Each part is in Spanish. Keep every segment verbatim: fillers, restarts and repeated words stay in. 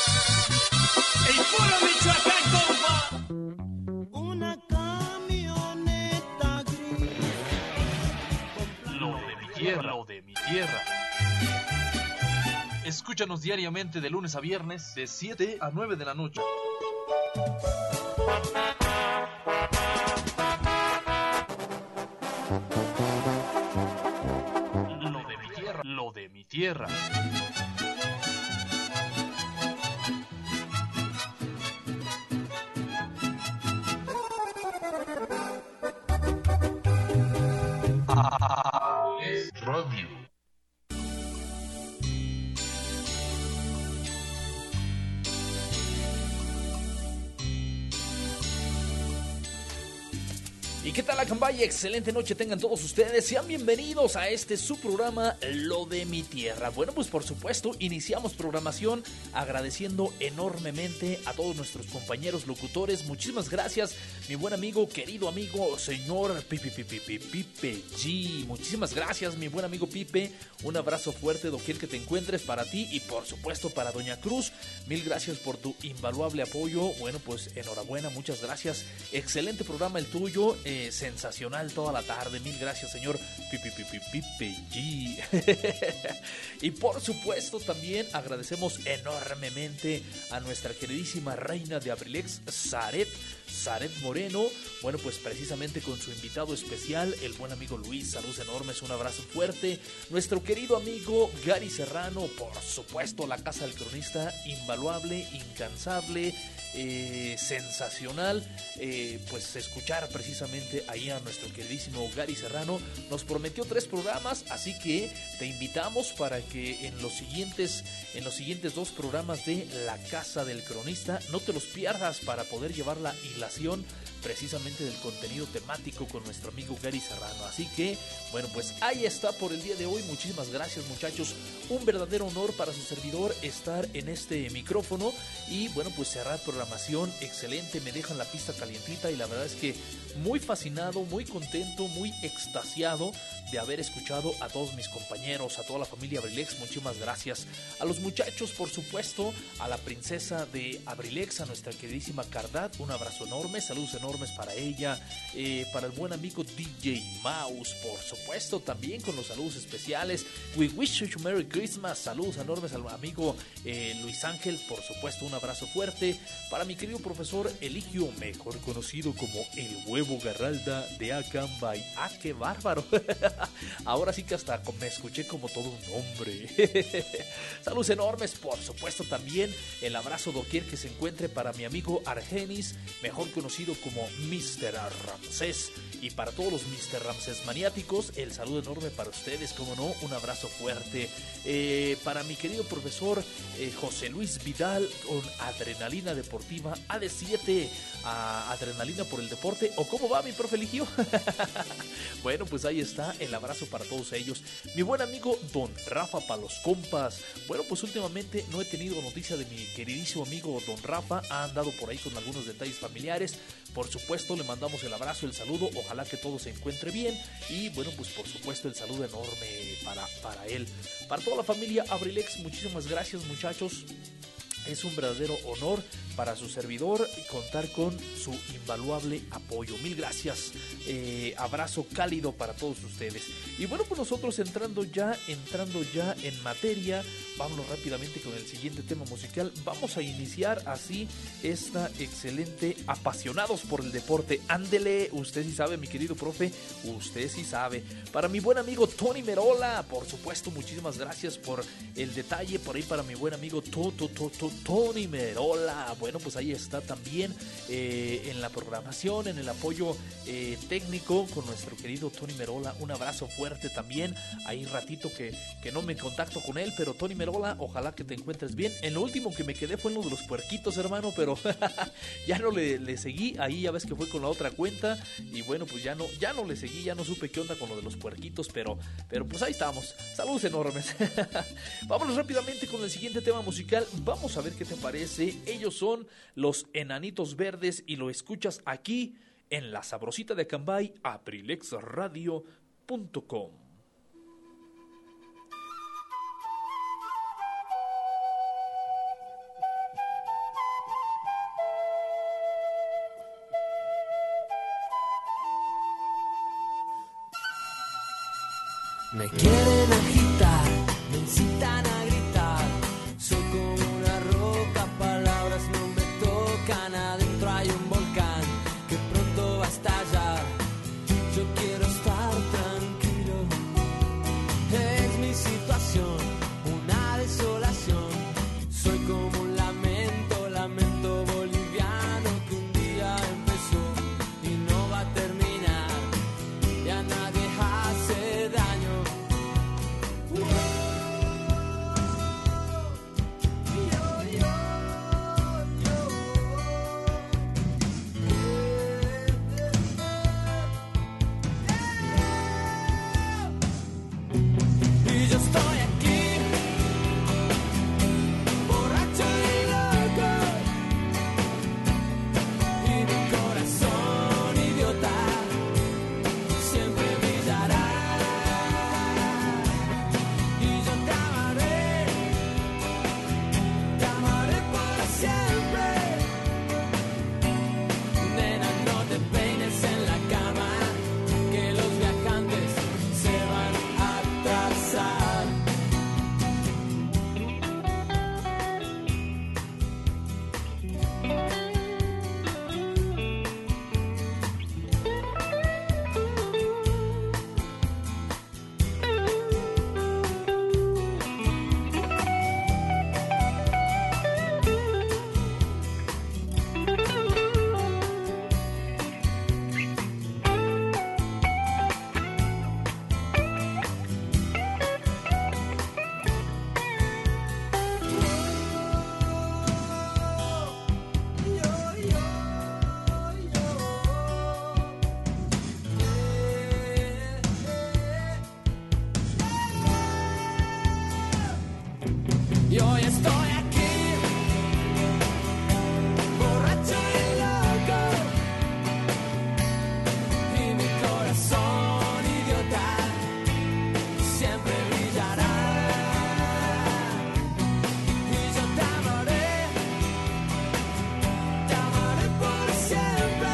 El puro Michoacán, compa. Una camioneta gris. Lo de mi tierra, lo de mi tierra. Escúchanos diariamente de lunes a viernes de siete a nueve de la noche. Lo de mi tierra, lo de mi tierra. Es radio. ¿Y qué tal, Acambay? Excelente noche tengan todos ustedes. Sean bienvenidos a este su programa, Lo de mi tierra. Bueno, pues por supuesto, iniciamos programación agradeciendo enormemente a todos nuestros compañeros locutores. Muchísimas gracias, mi buen amigo, querido amigo, señor Pipe, Pipe, Pipe, Pipe G. Muchísimas gracias, mi buen amigo Pipe. Un abrazo fuerte, doquier que te encuentres, para ti y por supuesto para Doña Cruz. Mil gracias por tu invaluable apoyo. Bueno, pues enhorabuena, muchas gracias. Excelente programa el tuyo. Eh, sensacional toda la tarde. Mil gracias, señor Pipi Pipi Pipi G. Y por supuesto también agradecemos enormemente a nuestra queridísima reina de Abrilex, Zaret, Zaret Moreno. Bueno, pues precisamente con su invitado especial, el buen amigo Luis. Saludos enormes, un abrazo fuerte. Nuestro querido amigo Gary Serrano, por supuesto, la casa del cronista, invaluable, incansable, eh, sensacional. Eh, pues escuchar precisamente ahí a nuestro queridísimo Gary Serrano. Nos prometió tres programas, así que te invitamos para que en los siguientes, en los siguientes dos programas de La Casa del Cronista no te los pierdas, para poder llevar la hilación precisamente del contenido temático con nuestro amigo Gary Serrano. Así que, bueno, pues ahí está por el día de hoy. Muchísimas gracias, muchachos. Un verdadero honor para su servidor estar en este micrófono y, bueno, pues cerrar programación excelente. Me dejan la pista calientita y la verdad es que muy fascinado, muy contento, muy extasiado de haber escuchado a todos mis compañeros, a toda la familia Abrilex. Muchísimas gracias a los muchachos, por supuesto, a la princesa de Abrilex, a nuestra queridísima Cardat. Un abrazo enorme, saludos enormes para ella, eh, para el buen amigo D J Mouse, por supuesto, también con los saludos especiales. We wish you Merry Christmas. Saludos enormes al amigo eh, Luis Ángel, por supuesto, un abrazo fuerte para mi querido profesor Eligio, mejor conocido como el Huevo Garralda de Acambay. ¡Ah, qué bárbaro! Ahora sí que hasta me escuché como todo un hombre. Saludos enormes, por supuesto, también el abrazo doquier que se encuentre para mi amigo Argenis, mejor conocido como mister Ramsés. Y para todos los mister Ramsés maniáticos, el saludo enorme para ustedes, como no, un abrazo fuerte. Eh, para mi querido profesor eh, José Luis Vidal, con Adrenalina Deportiva A D siete, a Adrenalina por el Deporte. ¿O cómo va, mi profe Eligio? Bueno, pues ahí está el abrazo para todos ellos. Mi buen amigo Don Rafa para los compas. Bueno, pues últimamente no he tenido noticia de mi queridísimo amigo Don Rafa. Ha andado por ahí con algunos detalles familiares. Por supuesto, le mandamos el abrazo, el saludo. Ojalá que todo se encuentre bien. Y bueno, pues por supuesto el saludo enorme para, para él. Para toda la familia Abrilex, muchísimas gracias, muchachos. Es un verdadero honor para su servidor contar con su invaluable apoyo. Mil gracias. Eh, abrazo cálido para todos ustedes. Y bueno, pues nosotros entrando ya, entrando ya en materia, vámonos rápidamente con el siguiente tema musical. Vamos a iniciar así esta excelente Apasionados por el Deporte. Ándele, usted sí sabe, mi querido profe, usted sí sabe. Para mi buen amigo Tony Merola, por supuesto, muchísimas gracias por el detalle. Por ahí para mi buen amigo Toto, Toto, Tony Merola. Bueno, pues ahí está también eh, en la programación, en el apoyo eh, técnico con nuestro querido Tony Merola. Un abrazo fuerte también. Ahí ratito que, que no me contacto con él, pero Tony Merola, ojalá que te encuentres bien. En lo último que me quedé fue en lo de los puerquitos, hermano, pero ya no le, le seguí. Ahí ya ves que fue con la otra cuenta y bueno, pues ya no, ya no le seguí, ya no supe qué onda con lo de los puerquitos, pero, pero pues ahí estamos. Saludos enormes. Vámonos rápidamente con el siguiente tema musical. Vamos a ver qué te parece. Ellos son Los Enanitos Verdes y lo escuchas aquí en La Sabrosita de Acambay, abrilex radio punto com. Me quieren agitar, me incitan a gritar. Soy como una roca, palabras no me tocan. Adentro hay un volcán que pronto va a estallar. Yo quiero estar tranquilo. Es mi situación, una desolación. Soy como un lamento, lamento boliviano que un día empezó y no va a terminar. Y a nadie hace daño. Y yo estoy aquí, borracho y loco, y mi corazón idiota siempre brillará. Y yo te amaré, te amaré por siempre. Nena, no te peines en la cama, que los viajantes se van a atrasar. Y hoy estoy aquí, borracho y loco, y mi corazón idiota siempre brillará. Y yo te amaré, te amaré por siempre.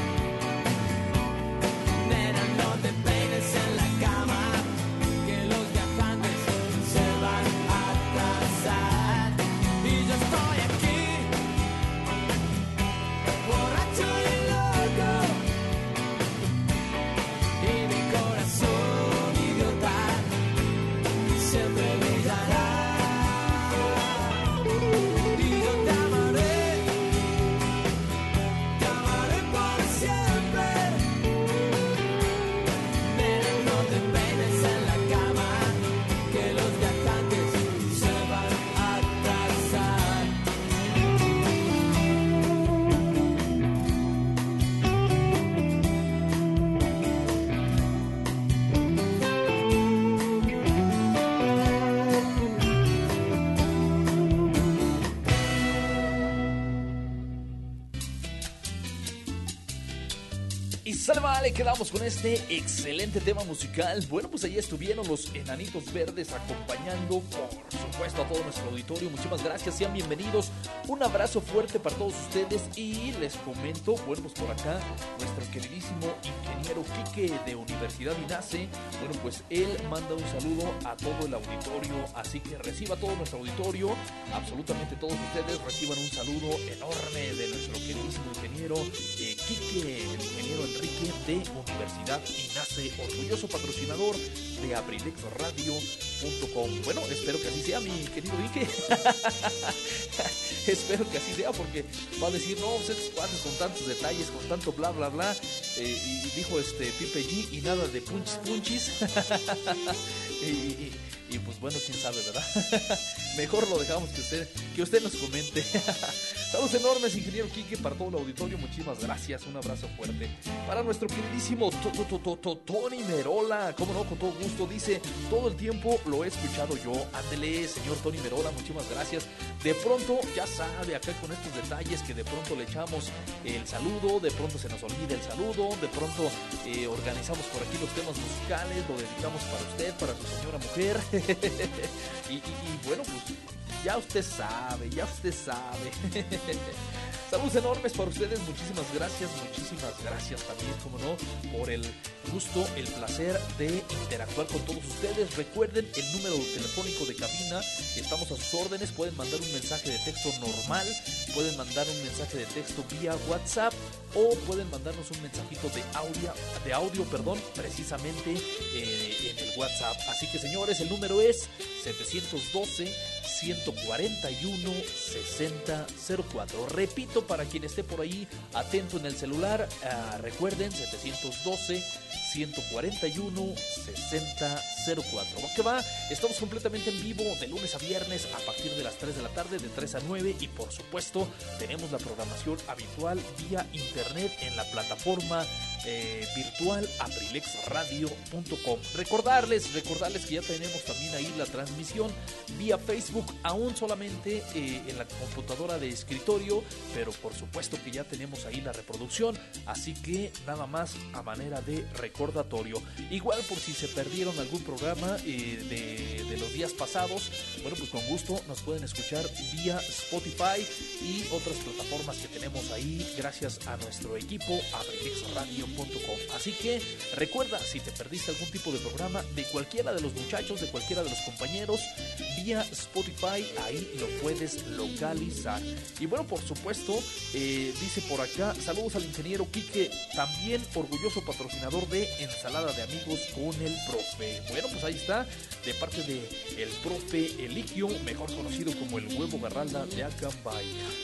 Nena, no te peines en la cama, que los viajantes se van a atrasar. Y yo estoy aquí, borracho y loco, y mi corazón idiota siempre brillará. Y yo te amaré, te amaré por siempre. Nena, no te peines en la cama, que los viajantes se van a atrasar. Y sale, vale, quedamos con este excelente tema musical. Bueno, pues ahí estuvieron los Enanitos Verdes acompañando, por supuesto, a todo nuestro auditorio. Muchísimas gracias, sean bienvenidos. Un abrazo fuerte para todos ustedes. Y les comento, bueno, pues por acá, nuestro queridísimo ingeniero Quique de Universidad INACE. Bueno, pues él manda un saludo a todo el auditorio. Así que reciba todo nuestro auditorio. Absolutamente todos ustedes reciban un saludo enorme de nuestro queridísimo ingeniero eh, Quique, el ingeniero Enrique de Universidad INACE, orgulloso patrocinador de abrilex radio punto com. Bueno, espero que así sea, mi querido Ike. Espero que así sea, porque va a decir, no, pues estos cuates con tantos detalles, con tanto bla bla bla, eh, y dijo este Pipe G y nada de punchis punchis. y, y, y pues bueno, quién sabe, ¿verdad? Mejor lo dejamos que usted, que usted nos comente. Saludos enormes, ingeniero Quique, para todo el auditorio. Muchísimas gracias, un abrazo fuerte. Para nuestro queridísimo Tony Merola, como no, con todo gusto, dice, todo el tiempo lo he escuchado yo. Ándele, señor Tony Merola, muchísimas gracias. De pronto, ya sabe, acá con estos detalles que de pronto le echamos el saludo, de pronto se nos olvida el saludo, de pronto eh, organizamos por aquí los temas musicales, lo dedicamos para usted, para su señora mujer. y, y, y bueno, pues ya usted sabe, ya usted sabe. Saludos enormes para ustedes, muchísimas gracias, muchísimas gracias también, como no, por el gusto, el placer de interactuar con todos ustedes. Recuerden el número telefónico de cabina, estamos a sus órdenes, pueden mandar un mensaje de texto normal, pueden mandar un mensaje de texto vía WhatsApp o pueden mandarnos un mensajito de audio, de audio, perdón, precisamente eh, en el WhatsApp. Así que señores, el número es setecientos doce, ciento cuarenta y uno, sesenta cero cuatro. Repito, para quien esté por ahí atento en el celular, uh, recuerden setecientos doce, ciento cuarenta y uno, sesenta cero cuatro. ¿Va que va? Estamos completamente en vivo de lunes a viernes a partir de las tres de la tarde, de tres a nueve, y por supuesto tenemos la programación habitual vía internet en la plataforma eh, virtual abrilex radio punto com. Recordarles, recordarles que ya tenemos también ahí la transmisión vía Facebook, aún solamente eh, en la computadora de escritorio, pero por supuesto que ya tenemos ahí la reproducción, así que nada más a manera de recordatorio. Igual por si se perdieron algún programa eh, de, de los días pasados, bueno, pues con gusto nos pueden escuchar vía Spotify y otras plataformas que tenemos ahí gracias a nuestro equipo abrilex radio punto com. Así que recuerda, si te perdiste algún tipo de programa de cualquiera de los muchachos, de cualquiera de los compañeros, vía Spotify, ahí lo puedes localizar. Y bueno, por supuesto, eh, dice por acá, saludos al ingeniero Quique, también orgulloso patrocinador de Ensalada de Amigos con el Profe. Bueno, pues ahí está, de parte de el Profe Eligio, mejor conocido como el Huevo Garralda de Acambay.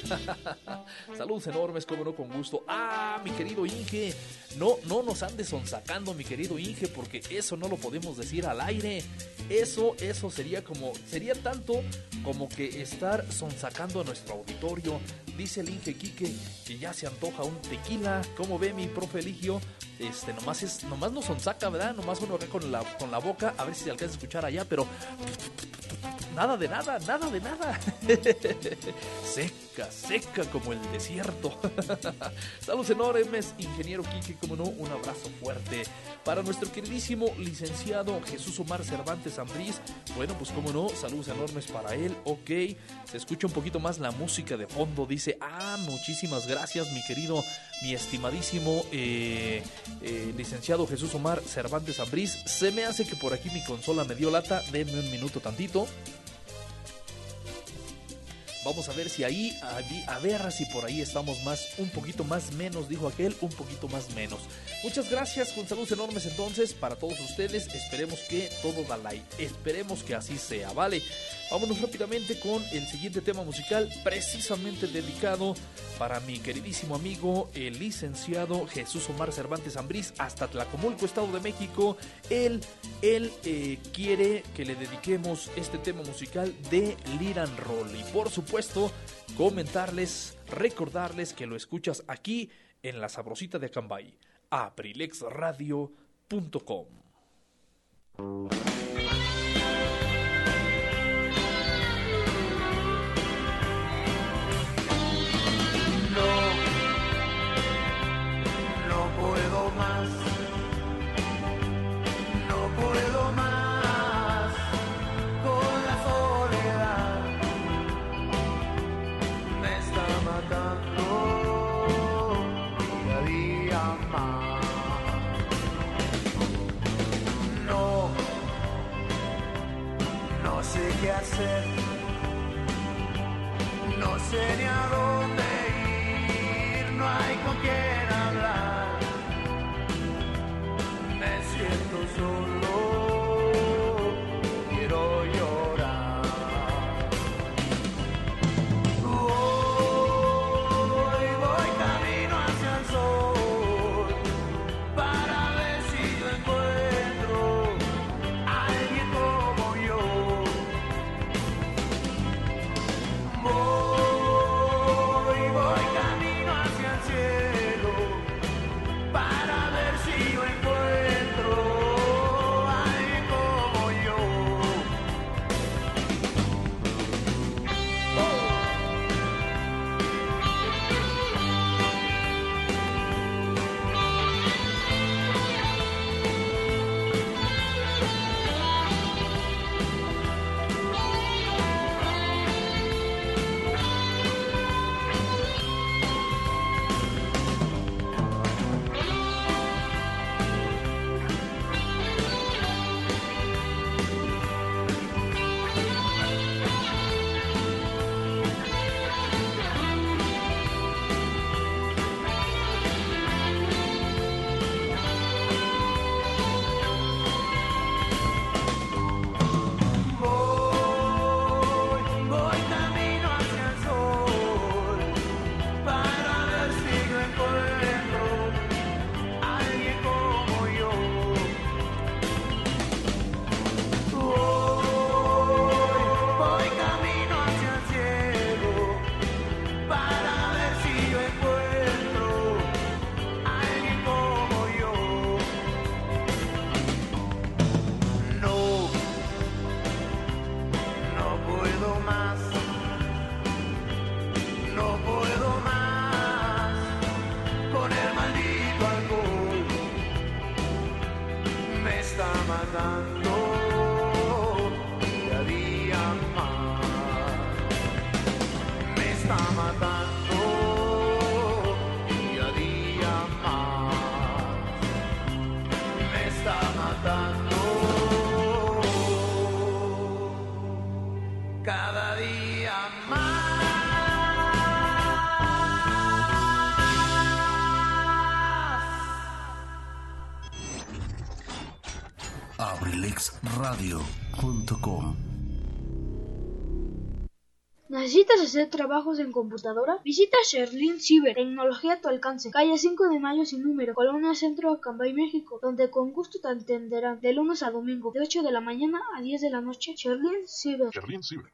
Saludos enormes, como no, con gusto. Ah, mi querido Inge, no, no nos andes sonsacando, mi querido Inge, porque eso no lo podemos decir al aire. Eso, eso sería como, sería tanto como que estar sonsacando a nuestro auditorio. Dice el Inge Quique que ya se antoja un tequila. ¿Cómo ve mi Profe Eligio? Este, nomás es, nomás no sonsaca, ¿verdad? Nomás uno acá con la, con la boca, a ver si se alcanza a escuchar allá, pero nada de nada, nada de nada. Seca, seca como el desierto. Saludos enormes, ingeniero Quique, como no, un abrazo fuerte para nuestro queridísimo licenciado Jesús Omar Cervantes Ambriz. Bueno, pues como no, saludos enormes para él. Ok, se escucha un poquito más la música de fondo, dice, ah, muchísimas gracias, mi querido, mi estimadísimo eh, eh, licenciado Jesús Omar Cervantes Ambriz. Se me hace que por aquí mi consola me dio lata, denme un minuto tantito. Vamos a ver si ahí, a, a ver si por ahí estamos más, un poquito más menos, dijo aquel, un poquito más menos. Muchas gracias, con saludos enormes entonces para todos ustedes. Esperemos que todo da like, esperemos que así sea, ¿vale? Vámonos rápidamente con el siguiente tema musical, precisamente dedicado para mi queridísimo amigo, el licenciado Jesús Omar Cervantes Ambriz, hasta Tlacomulco, Estado de México. Él, él eh, quiere que le dediquemos este tema musical de Liran Roll. Y por supuesto, comentarles, recordarles que lo escuchas aquí en La Sabrosita de Acambay, abrilex radio punto com. Qué hacer, no sé ni a dónde ir, no hay con quién hablar, me siento solo, quiero llorar. Hoy voy camino hacia el sol para ver si yo encuentro a alguien como yo. Voy, voy camino hacia el cielo para ver si yo encuentro matando día a día más, me está matando cada día más. Abrilex Radio punto com. ¿Necesitas hacer trabajos en computadora? Visita Sherlin Ciber, tecnología a tu alcance, calle cinco de mayo sin número, Colonia Centro, Acambay, México, donde con gusto te atenderán de lunes a domingo, de ocho de la mañana a diez de la noche. Sherlin Ciber. Sherlin Ciber.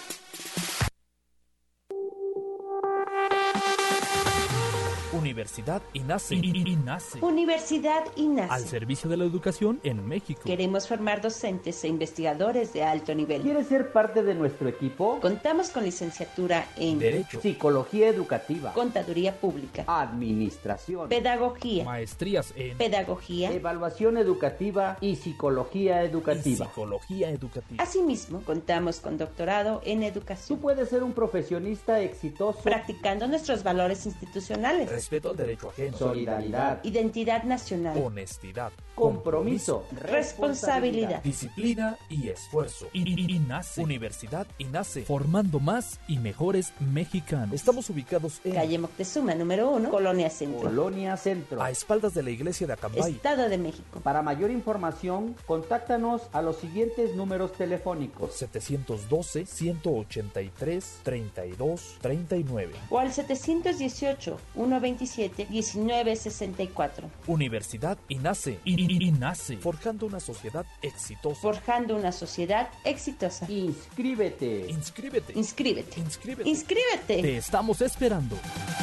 Universidad INACE. INACE. Universidad INACE. Al servicio de la educación en México. Queremos formar docentes e investigadores de alto nivel. ¿Quieres ser parte de nuestro equipo? Contamos con licenciatura en Derecho, Psicología Educativa, Contaduría Pública, Administración, Pedagogía, maestrías en Pedagogía, Evaluación Educativa y Psicología y Educativa. Psicología Educativa. Asimismo, contamos con doctorado en Tú educación, puedes ser un profesionista exitoso, practicando nuestros valores institucionales, Respeto al derecho ajeno. solidaridad, identidad nacional, Honestidad. compromiso, responsabilidad. Disciplina y esfuerzo. INACE. Universidad INACE. Formando más y mejores mexicanos. Estamos ubicados en Calle Moctezuma, número uno, Colonia Centro, Colonia Centro. a espaldas de la iglesia de Acambay. Estado de México. Para mayor información, contáctanos a los siguientes números telefónicos: setecientos doce, ciento ochenta y tres, treinta y dos, treinta y nueve. O al setecientos dieciocho, ciento veintisiete, diecinueve sesenta y cuatro. Universidad INACE. INACE. Forjando una sociedad exitosa. Forjando una sociedad exitosa. Inscríbete. Inscríbete. Inscríbete. Inscríbete. Inscríbete. Te estamos esperando.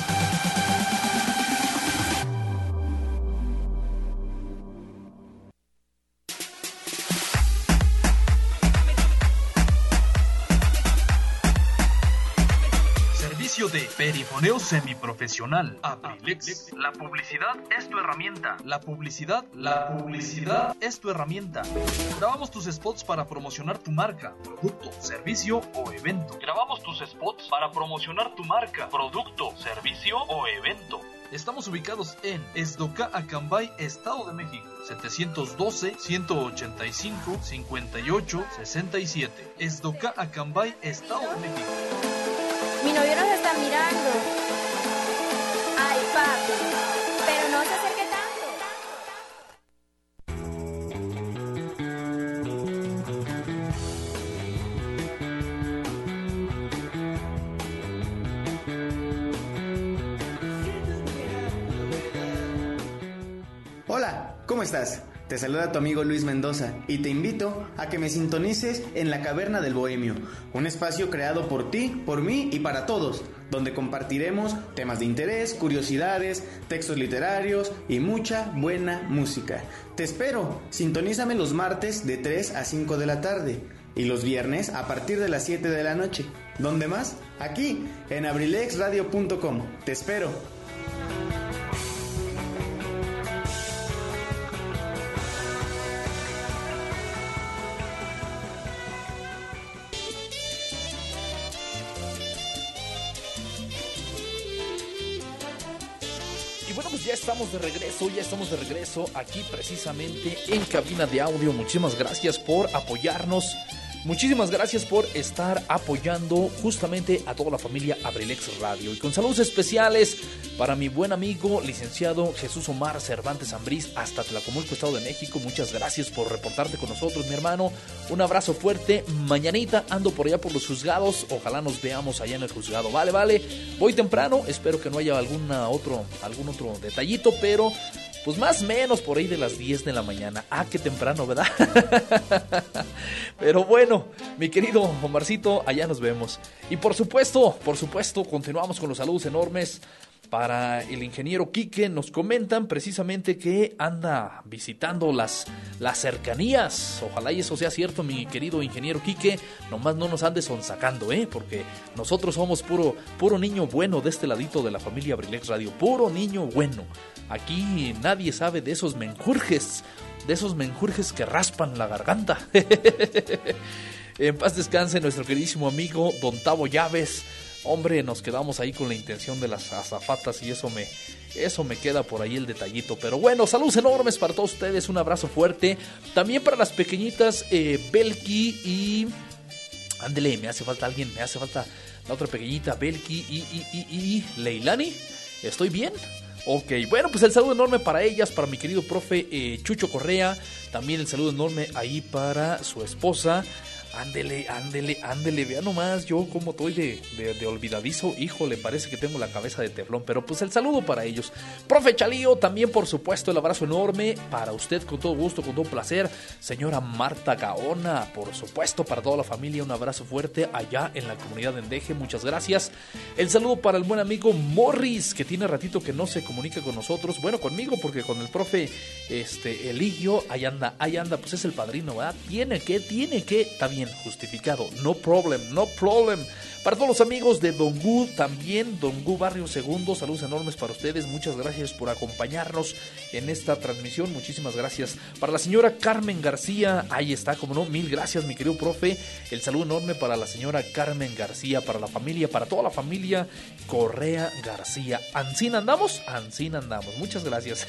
Servicio de perifoneo semiprofesional. Abrilex. La publicidad es tu herramienta. La publicidad, la publicidad es tu herramienta. Grabamos tus spots para promocionar tu marca, producto, servicio o evento. Grabamos tus spots para promocionar tu marca, producto, servicio o evento. Estamos ubicados en Esdoca, Acambay, Estado de México. setecientos doce, ciento ochenta y cinco, cincuenta y ocho, sesenta y siete. Esdoca, Acambay, Estado de México. Mi novio nos está mirando. Ay, papi. Pero no se acerque tanto. Hola, ¿cómo estás? Te saluda tu amigo Luis Mendoza y te invito a que me sintonices en La Caverna del Bohemio, un espacio creado por ti, por mí y para todos, donde compartiremos temas de interés, curiosidades, textos literarios y mucha buena música. Te espero, sintonízame los martes de tres a cinco de la tarde y los viernes a partir de las siete de la noche. ¿Dónde más? Aquí, en Abrilex Radio punto com. Te espero. Ya estamos de regreso, ya estamos de regreso aquí precisamente en Cabina de Audio. Muchísimas gracias por apoyarnos. Muchísimas gracias por estar apoyando justamente a toda la familia Abrilex Radio. Y con saludos especiales para mi buen amigo, licenciado Jesús Omar Cervantes Ambriz, hasta Tlacomulco, Estado de México. Muchas gracias por reportarte con nosotros, mi hermano. Un abrazo fuerte. Mañanita ando por allá por los juzgados. Ojalá nos veamos allá en el juzgado. Vale, vale. Voy temprano. Espero que no haya alguna otro, algún otro detallito, pero pues más o menos por ahí de las diez de la mañana. Ah, qué temprano, ¿verdad? Pero bueno, mi querido Omarcito, allá nos vemos. Y por supuesto, por supuesto, continuamos con los saludos enormes para el ingeniero Quique. Nos comentan precisamente que anda visitando las, las cercanías. Ojalá y eso sea cierto, mi querido ingeniero Quique. Nomás no nos andes sonsacando, ¿eh? Porque nosotros somos puro, puro niño bueno de este ladito de la familia Abrilex Radio. Puro niño bueno. Aquí nadie sabe de esos menjurjes, de esos menjurjes que raspan la garganta. En paz descanse nuestro queridísimo amigo Don Tavo Llaves. Hombre, nos quedamos ahí con la intención de las azafatas y eso me, eso me queda por ahí el detallito. Pero bueno, saludos enormes para todos ustedes, un abrazo fuerte. También para las pequeñitas eh, Belki y... Ándele, me hace falta alguien, me hace falta la otra pequeñita, Belki y, y, y, y Leilani. ¿Estoy bien? Ok, bueno, pues el saludo enorme para ellas, para mi querido profe eh, Chucho Correa. También el saludo enorme ahí para su esposa. Ándele, ándele, ándele, vea nomás yo como estoy de, de, de olvidadizo. Híjole, parece que tengo la cabeza de teflón, pero pues el saludo para ellos. Profe Chalío, también por supuesto el abrazo enorme para usted, con todo gusto, con todo placer. Señora Marta Gaona, por supuesto, para toda la familia, un abrazo fuerte allá en la comunidad de Endeje, muchas gracias. El saludo para el buen amigo Morris, que tiene ratito que no se comunica con nosotros, bueno, conmigo, porque con el profe este, Eligio, ahí anda, ahí anda, pues es el padrino, ¿verdad? Tiene que, tiene que, está bien justificado, no problem, no problem. Para todos los amigos de Don Gu, también Don Gu Barrio Segundo, saludos enormes para ustedes, muchas gracias por acompañarnos en esta transmisión, muchísimas gracias. Para la señora Carmen García, ahí está, como no, mil gracias mi querido profe, el saludo enorme para la señora Carmen García, para la familia, para toda la familia Correa García. ¿Ancina andamos? Ancina andamos, muchas gracias.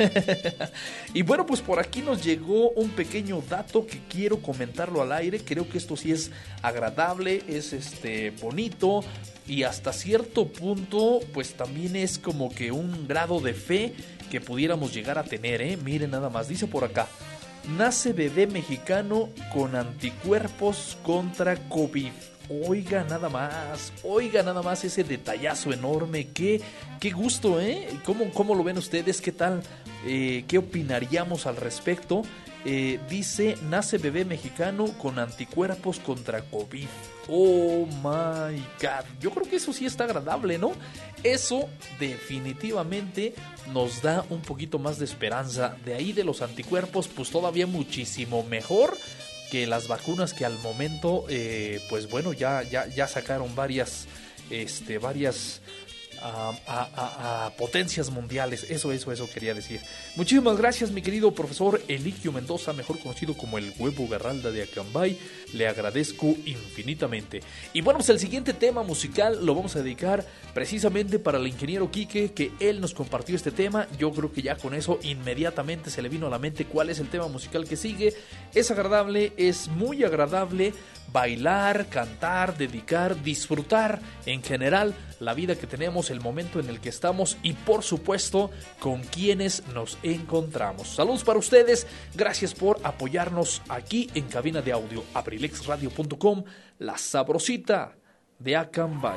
Y bueno, pues por aquí nos llegó un pequeño dato que quiero comentarlo al aire, creo que esto sí es agradable, es este bonito, y hasta cierto punto pues también es como que un grado de fe que pudiéramos llegar a tener, ¿eh? Miren nada más, dice por acá: nace bebé mexicano con anticuerpos contra COVID. Oiga nada más, oiga nada más ese detallazo enorme, qué, qué gusto, ¿eh? ¿Cómo, cómo lo ven ustedes? ¿Qué tal? Eh, ¿Qué opinaríamos al respecto? Eh, dice, nace bebé mexicano con anticuerpos contra COVID. Oh my God, yo creo que eso sí está agradable, ¿no? Eso definitivamente nos da un poquito más de esperanza. De ahí de los anticuerpos, pues todavía muchísimo mejor que las vacunas que al momento, eh, pues bueno, ya, ya, ya sacaron varias, este, varias a, a, a, a potencias mundiales. Eso, eso, eso quería decir. Muchísimas gracias, mi querido profesor Eligio Mendoza, mejor conocido como el Huevo Garralda de Acambay. Le agradezco infinitamente. Y bueno, pues el siguiente tema musical lo vamos a dedicar precisamente para el ingeniero Quique, que él nos compartió este tema. Yo creo que ya con eso inmediatamente se le vino a la mente cuál es el tema musical que sigue. Es agradable, es muy agradable bailar, cantar, dedicar, disfrutar en general la vida que tenemos, el momento en el que estamos y por supuesto con quienes nos encontramos. Saludos para ustedes, gracias por apoyarnos aquí en cabina de audio abrilex radio punto com, la sabrosita de Acambay.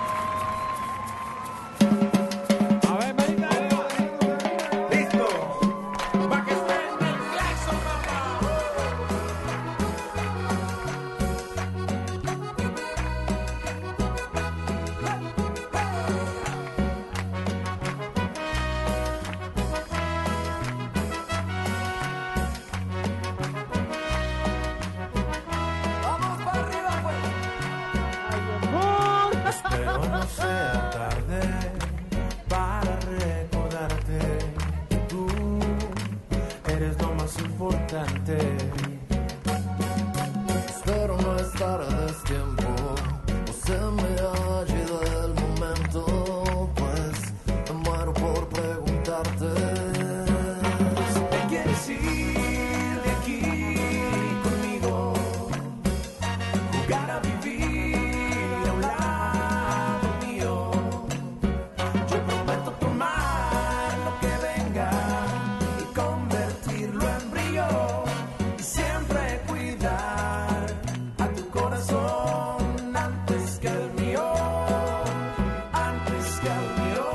Espero no estar a destiempo, o se me ha ido el momento, pues me muero por preguntarte. ¿Te quieres ir de aquí conmigo? Jugar a vivir a un lado mío. Yo prometo tomar lo que venga y convertirlo en brillo. Siempre cuidar a tu corazón antes que al mío, antes que al mío.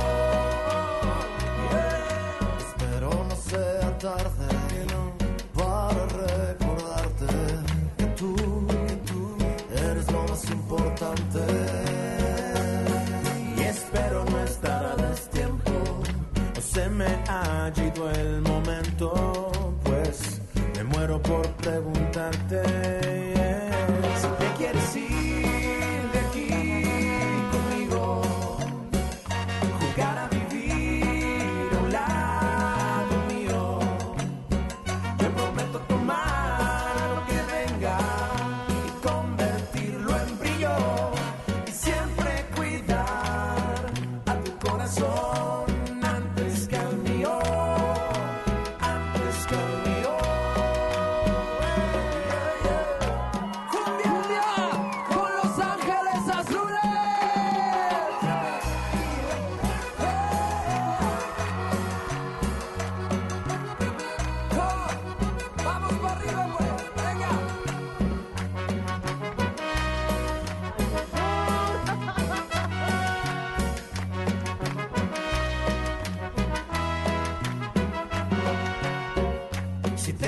Yeah. Espero no sea tarde para recordarte que tú, que tú eres lo más importante. Y espero no estar a destiempo, o se me ha ido el momento, pues me muero por preguntarte si te quieres ir de aquí conmigo, jugar a vivir a un lado mío. Yo prometo tomar lo que venga y convertirlo en brillo y siempre cuidar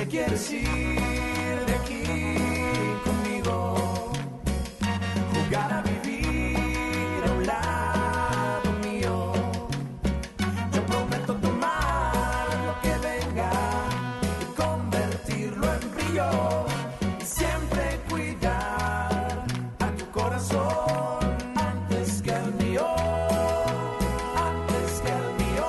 quieres ir de aquí conmigo, jugar a vivir a un lado mío. Yo prometo tomar lo que venga y convertirlo en brillo y siempre cuidar a tu corazón antes que al mío, antes que al mío.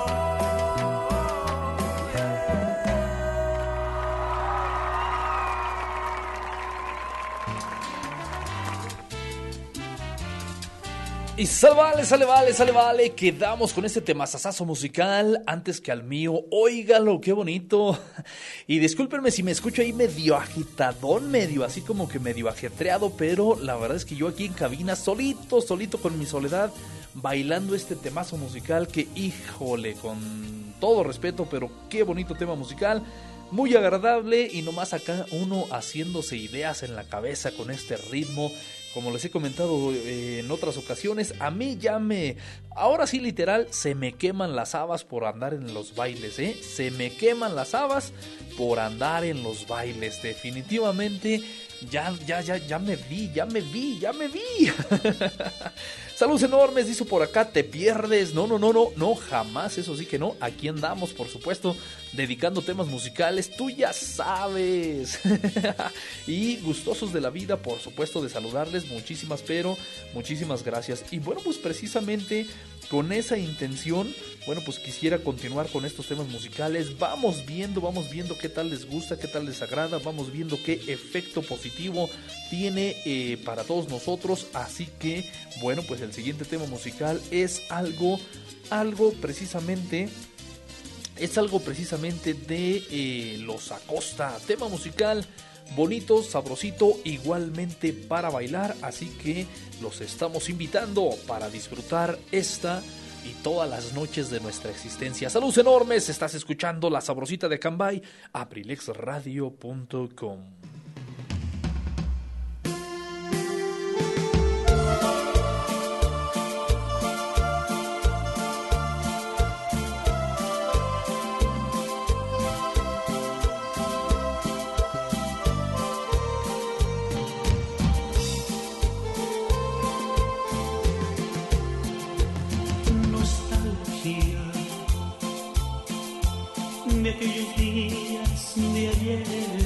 Y sale vale, sale vale, sale vale. Quedamos con este temazazazo musical antes que al mío. Óigalo, qué bonito. Y discúlpenme si me escucho ahí medio agitadón, medio así como que medio ajetreado, pero la verdad es que yo aquí en cabina, solito, solito con mi soledad, bailando este temazo musical que, híjole, con todo respeto, pero qué bonito tema musical. Muy agradable y nomás acá uno haciéndose ideas en la cabeza con este ritmo. Como les he comentado eh, en otras ocasiones, a mí ya me... Ahora sí, literal, se me queman las habas por andar en los bailes, ¿eh? Se me queman las habas por andar en los bailes. Definitivamente, ya, ya, ya, ya me vi, ya me vi, ya me vi. Saludos enormes, dice por acá, te pierdes. No, no, no, no, no, jamás, eso sí que no. Aquí andamos, por supuesto, dedicando temas musicales, tú ya sabes. Y gustosos de la vida, por supuesto, de saludarles. Muchísimas, pero muchísimas gracias. Y bueno, pues precisamente con esa intención, bueno, pues quisiera continuar con estos temas musicales. Vamos viendo, vamos viendo qué tal les gusta, qué tal les agrada. Vamos viendo qué efecto positivo tiene eh, para todos nosotros. Así que, bueno, pues el siguiente tema musical es algo, algo precisamente... Es algo precisamente de eh, Los Acosta. Tema musical bonito, sabrosito, igualmente para bailar. Así que los estamos invitando para disfrutar esta y todas las noches de nuestra existencia. Saludos enormes, estás escuchando La Sabrosita de Cambay, abrileix radio punto com. De aquellos días de ayer,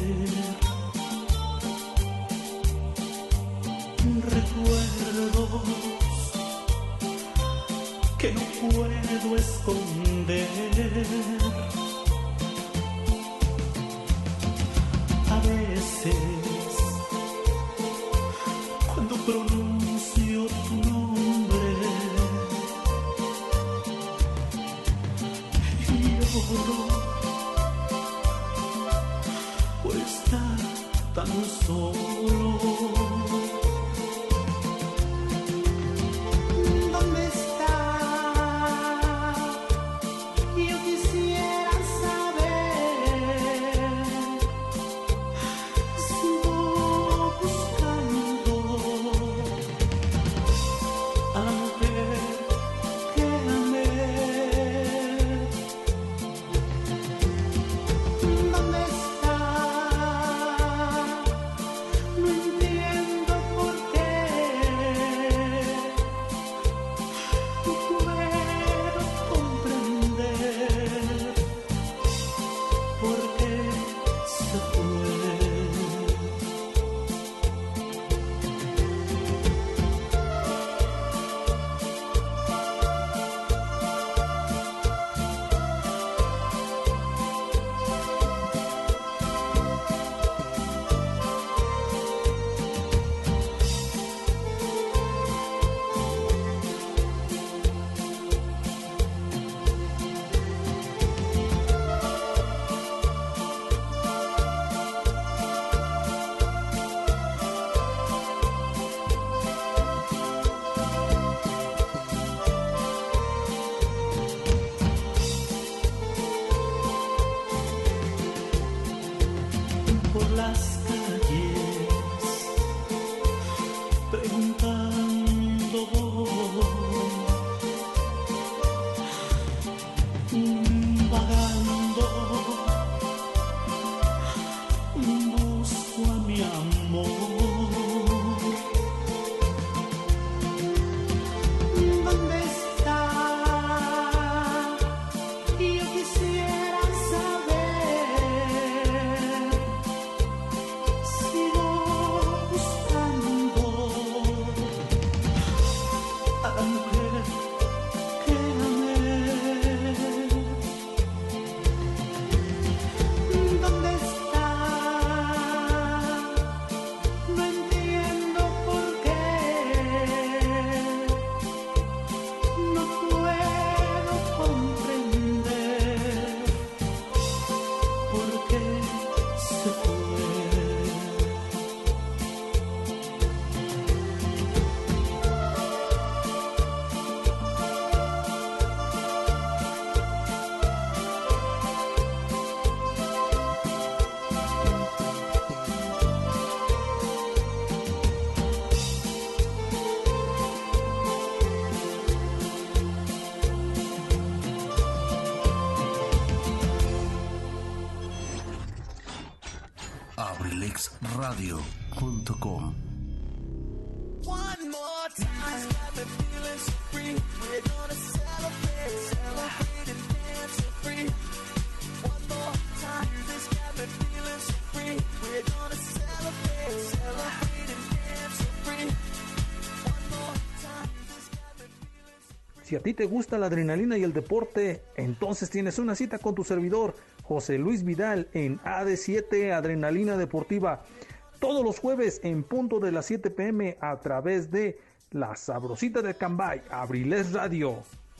recuerdos que no puedo esconder. A veces, cuando pronuncio tu nombre, lloro. Tan solo, ¿dónde está? Yo quisiera saber. Sigo buscando a la mujer que amé. ¿Dónde está? No entiendo. abrilex radio punto com. One more time, got me feeling so free. We're gonna celebrate, celebrate and dance so free. One more time, this got me feeling so free. We're gonna celebrate, celebrate and dance so free. One more time, this got me feeling so free. Si a ti te gusta la adrenalina y el deporte, entonces tienes una cita con tu servidor, José Luis Vidal, en A D siete Adrenalina Deportiva. Todos los jueves en punto de las siete pm a través de La Sabrosita de Acambay, Abrilex Radio.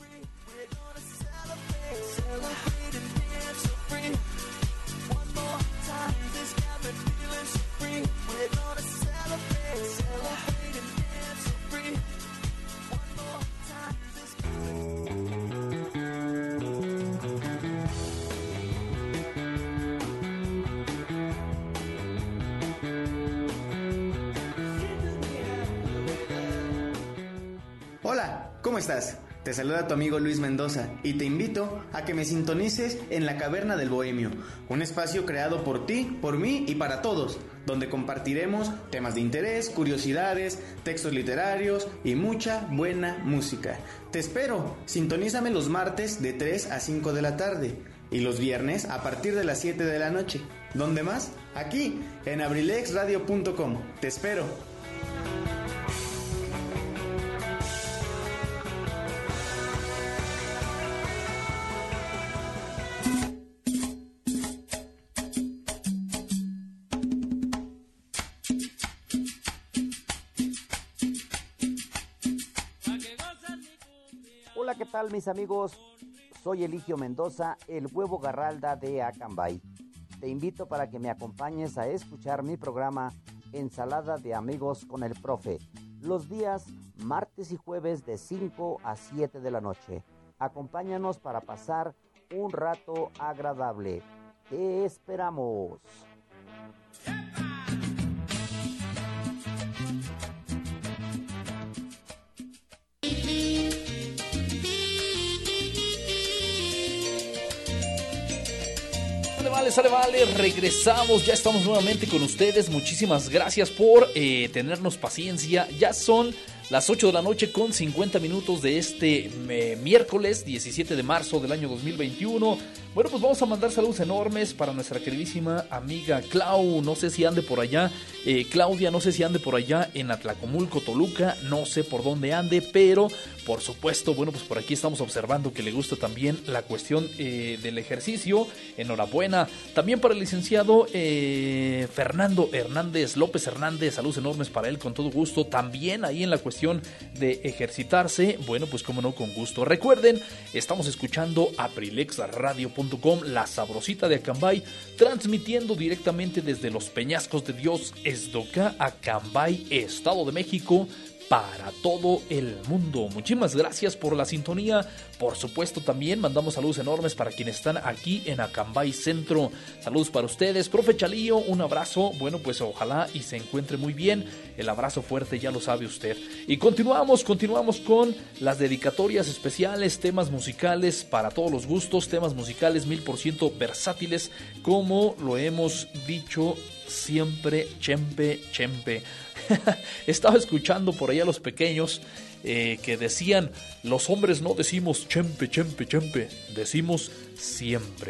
Hola, ¿cómo estás? Te saluda tu amigo Luis Mendoza y te invito a que me sintonices en La Caverna del Bohemio, un espacio creado por ti, por mí y para todos, donde compartiremos temas de interés, curiosidades, textos literarios y mucha buena música. Te espero, sintonízame los martes de tres a cinco de la tarde y los viernes a partir de las siete de la noche. ¿Dónde más? Aquí, en abrilex radio punto com. Te espero. Hola, ¿qué tal mis amigos? Soy Eligio Mendoza, el huevo garralda de Acambay. Te invito para que me acompañes a escuchar mi programa Ensalada de Amigos con el Profe, los días martes y jueves de cinco a siete de la noche. Acompáñanos para pasar un rato agradable. Te esperamos. Vale, sale, vale, regresamos, ya estamos nuevamente con ustedes, muchísimas gracias por eh, tenernos paciencia, ya son las ocho de la noche con cincuenta minutos de este eh, miércoles diecisiete de marzo del año dos mil veintiuno. Bueno, pues vamos a mandar saludos enormes para nuestra queridísima amiga Clau, no sé si ande por allá, eh, Claudia, no sé si ande por allá en Atlacomulco, Toluca, no sé por dónde ande, pero por supuesto, bueno, pues por aquí estamos observando que le gusta también la cuestión eh, del ejercicio, enhorabuena. También para el licenciado eh, Fernando Hernández, López Hernández, saludos enormes para él, con todo gusto, también ahí en la cuestión de ejercitarse, bueno, pues como no, con gusto. Recuerden, estamos escuchando abrilex radio punto com, La Sabrosita de Acambay, transmitiendo directamente desde los Peñascos de Dios, Esdoca, Acambay, Estado de México, para todo el mundo. Muchísimas gracias por la sintonía. Por supuesto, también mandamos saludos enormes para quienes están aquí en Acambay Centro. Saludos para ustedes. Profe Chalío, un abrazo. Bueno, pues ojalá y se encuentre muy bien. El abrazo fuerte, ya lo sabe usted. Y continuamos, continuamos con las dedicatorias especiales, temas musicales para todos los gustos, temas musicales mil por ciento versátiles, como lo hemos dicho siempre, chempe, chempe. Estaba escuchando por ahí a los pequeños eh, que decían: los hombres no decimos chempe, chempe, chempe, decimos siempre.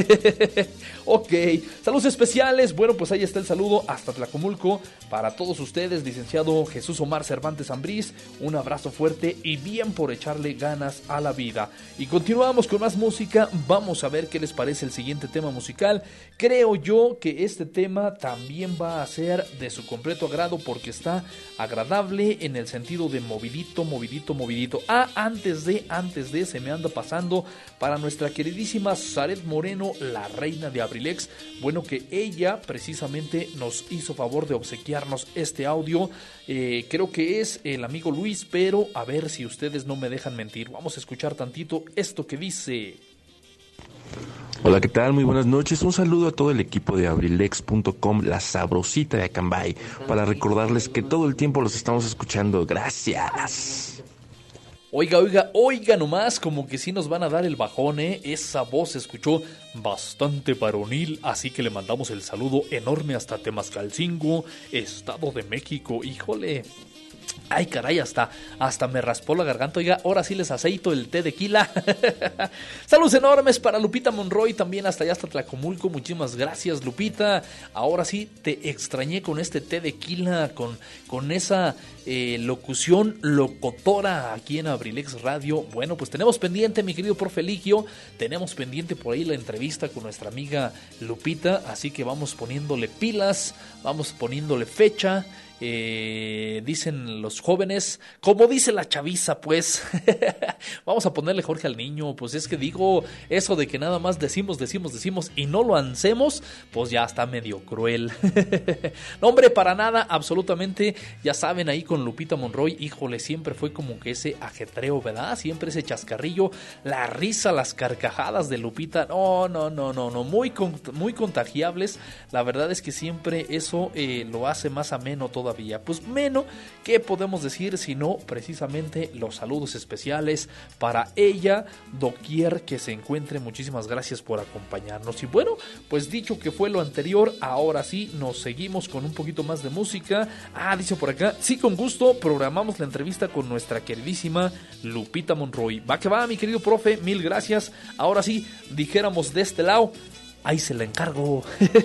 Ok, saludos especiales. Bueno, pues ahí está el saludo hasta Tlacomulco para todos ustedes, licenciado Jesús Omar Cervantes Ambrís. Un abrazo fuerte y bien por echarle ganas a la vida. Y continuamos con más música. Vamos a ver qué les parece el siguiente tema musical. Creo yo que este tema también va a ser de su completo agrado, porque está agradable en el sentido de movidito, movidito, movidito. Ah, antes de, antes de, se me anda pasando para nuestra queridísima Zaret Moreno, la reina de Abrilex. Bueno, que ella precisamente nos hizo favor de obsequiarnos este audio. Eh, creo que es el amigo Luis, pero a ver si ustedes no me dejan mentir. Vamos a escuchar tantito esto que dice. Hola, ¿qué tal? Muy buenas noches. Un saludo a todo el equipo de abrilex punto com, La Sabrosita de Acambay, para recordarles que todo el tiempo los estamos escuchando. Gracias. Oiga, oiga, oiga nomás, como que sí nos van a dar el bajón, ¿eh? Esa voz se escuchó bastante varonil, así que le mandamos el saludo enorme hasta Temascalcingo, Estado de México. Híjole, ay caray, hasta, hasta me raspó la garganta. Oiga, ahora sí les aceito el té de quila. Saludos enormes para Lupita Monroy, también hasta allá, hasta Tlacomulco. Muchísimas gracias, Lupita. Ahora sí te extrañé con este té de quila, con, con esa eh, locución locotora aquí en Abrilex Radio. Bueno, pues tenemos pendiente, mi querido profe Ligio, tenemos pendiente por ahí la entrevista con nuestra amiga Lupita, así que vamos poniéndole pilas, vamos poniéndole fecha. Eh, dicen los jóvenes, como dice la chaviza, pues vamos a ponerle Jorge al niño. Pues es que digo, eso de que nada más decimos, decimos, decimos y no lo hacemos, pues ya está medio cruel. No, hombre, para nada, absolutamente. Ya saben, ahí con Lupita Monroy, híjole, siempre fue como que ese ajetreo, ¿verdad? Siempre ese chascarrillo, la risa, las carcajadas de Lupita, no, no, no, no, no, muy, muy contagiables. La verdad es que siempre eso eh, lo hace más ameno todo. Pues menos, ¿qué podemos decir sino precisamente los saludos especiales para ella, doquier que se encuentre? Muchísimas gracias por acompañarnos. Y bueno, pues dicho que fue lo anterior, ahora sí nos seguimos con un poquito más de música. Ah, dice por acá, sí, con gusto programamos la entrevista con nuestra queridísima Lupita Monroy. Va que va, mi querido profe, mil gracias. Ahora sí, dijéramos de este lado, ahí se la encargo.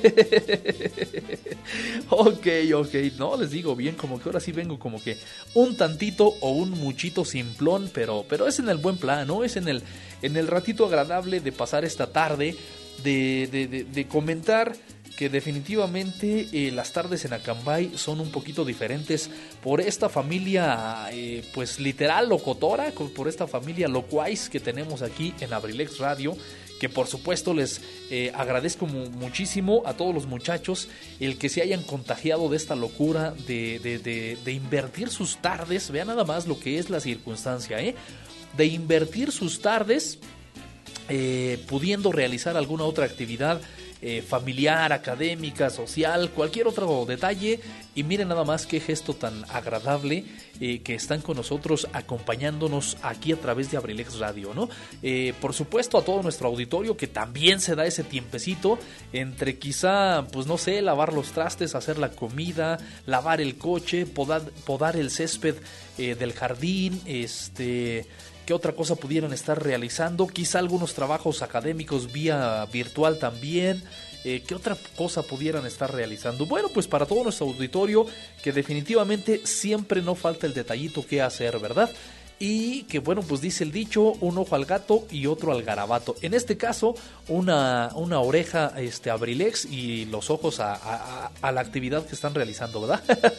Ok, ok, no, les digo bien, como que ahora sí vengo como que un tantito o un muchito simplón, pero, pero es en el buen plan, ¿no? Es en el, en el ratito agradable de pasar esta tarde, de, de, de, de comentar que definitivamente eh, las tardes en Acambay son un poquito diferentes por esta familia, eh, pues literal locotora, por esta familia locuaz que tenemos aquí en Abrilex Radio, que por supuesto les eh, agradezco muchísimo a todos los muchachos el que se hayan contagiado de esta locura de, de, de, de invertir sus tardes. Vean nada más lo que es la circunstancia, ¿eh? De invertir sus tardes eh, pudiendo realizar alguna otra actividad Eh, familiar, académica, social, cualquier otro detalle. Y miren nada más qué gesto tan agradable eh, que están con nosotros acompañándonos aquí a través de Abrilex Radio, ¿no? Eh, por supuesto a todo nuestro auditorio que también se da ese tiempecito entre quizá, pues no sé, lavar los trastes, hacer la comida, lavar el coche, podar, podar el césped eh, del jardín, este... ¿Qué otra cosa pudieran estar realizando? Quizá algunos trabajos académicos vía virtual también. Eh, ¿Qué otra cosa pudieran estar realizando? Bueno, pues para todo nuestro auditorio, que definitivamente siempre no falta el detallito que hacer, ¿verdad? Y que bueno, pues dice el dicho, un ojo al gato y otro al garabato. En este caso, una, una oreja este, a Abrilex y los ojos a, a, a la actividad que están realizando, ¿verdad?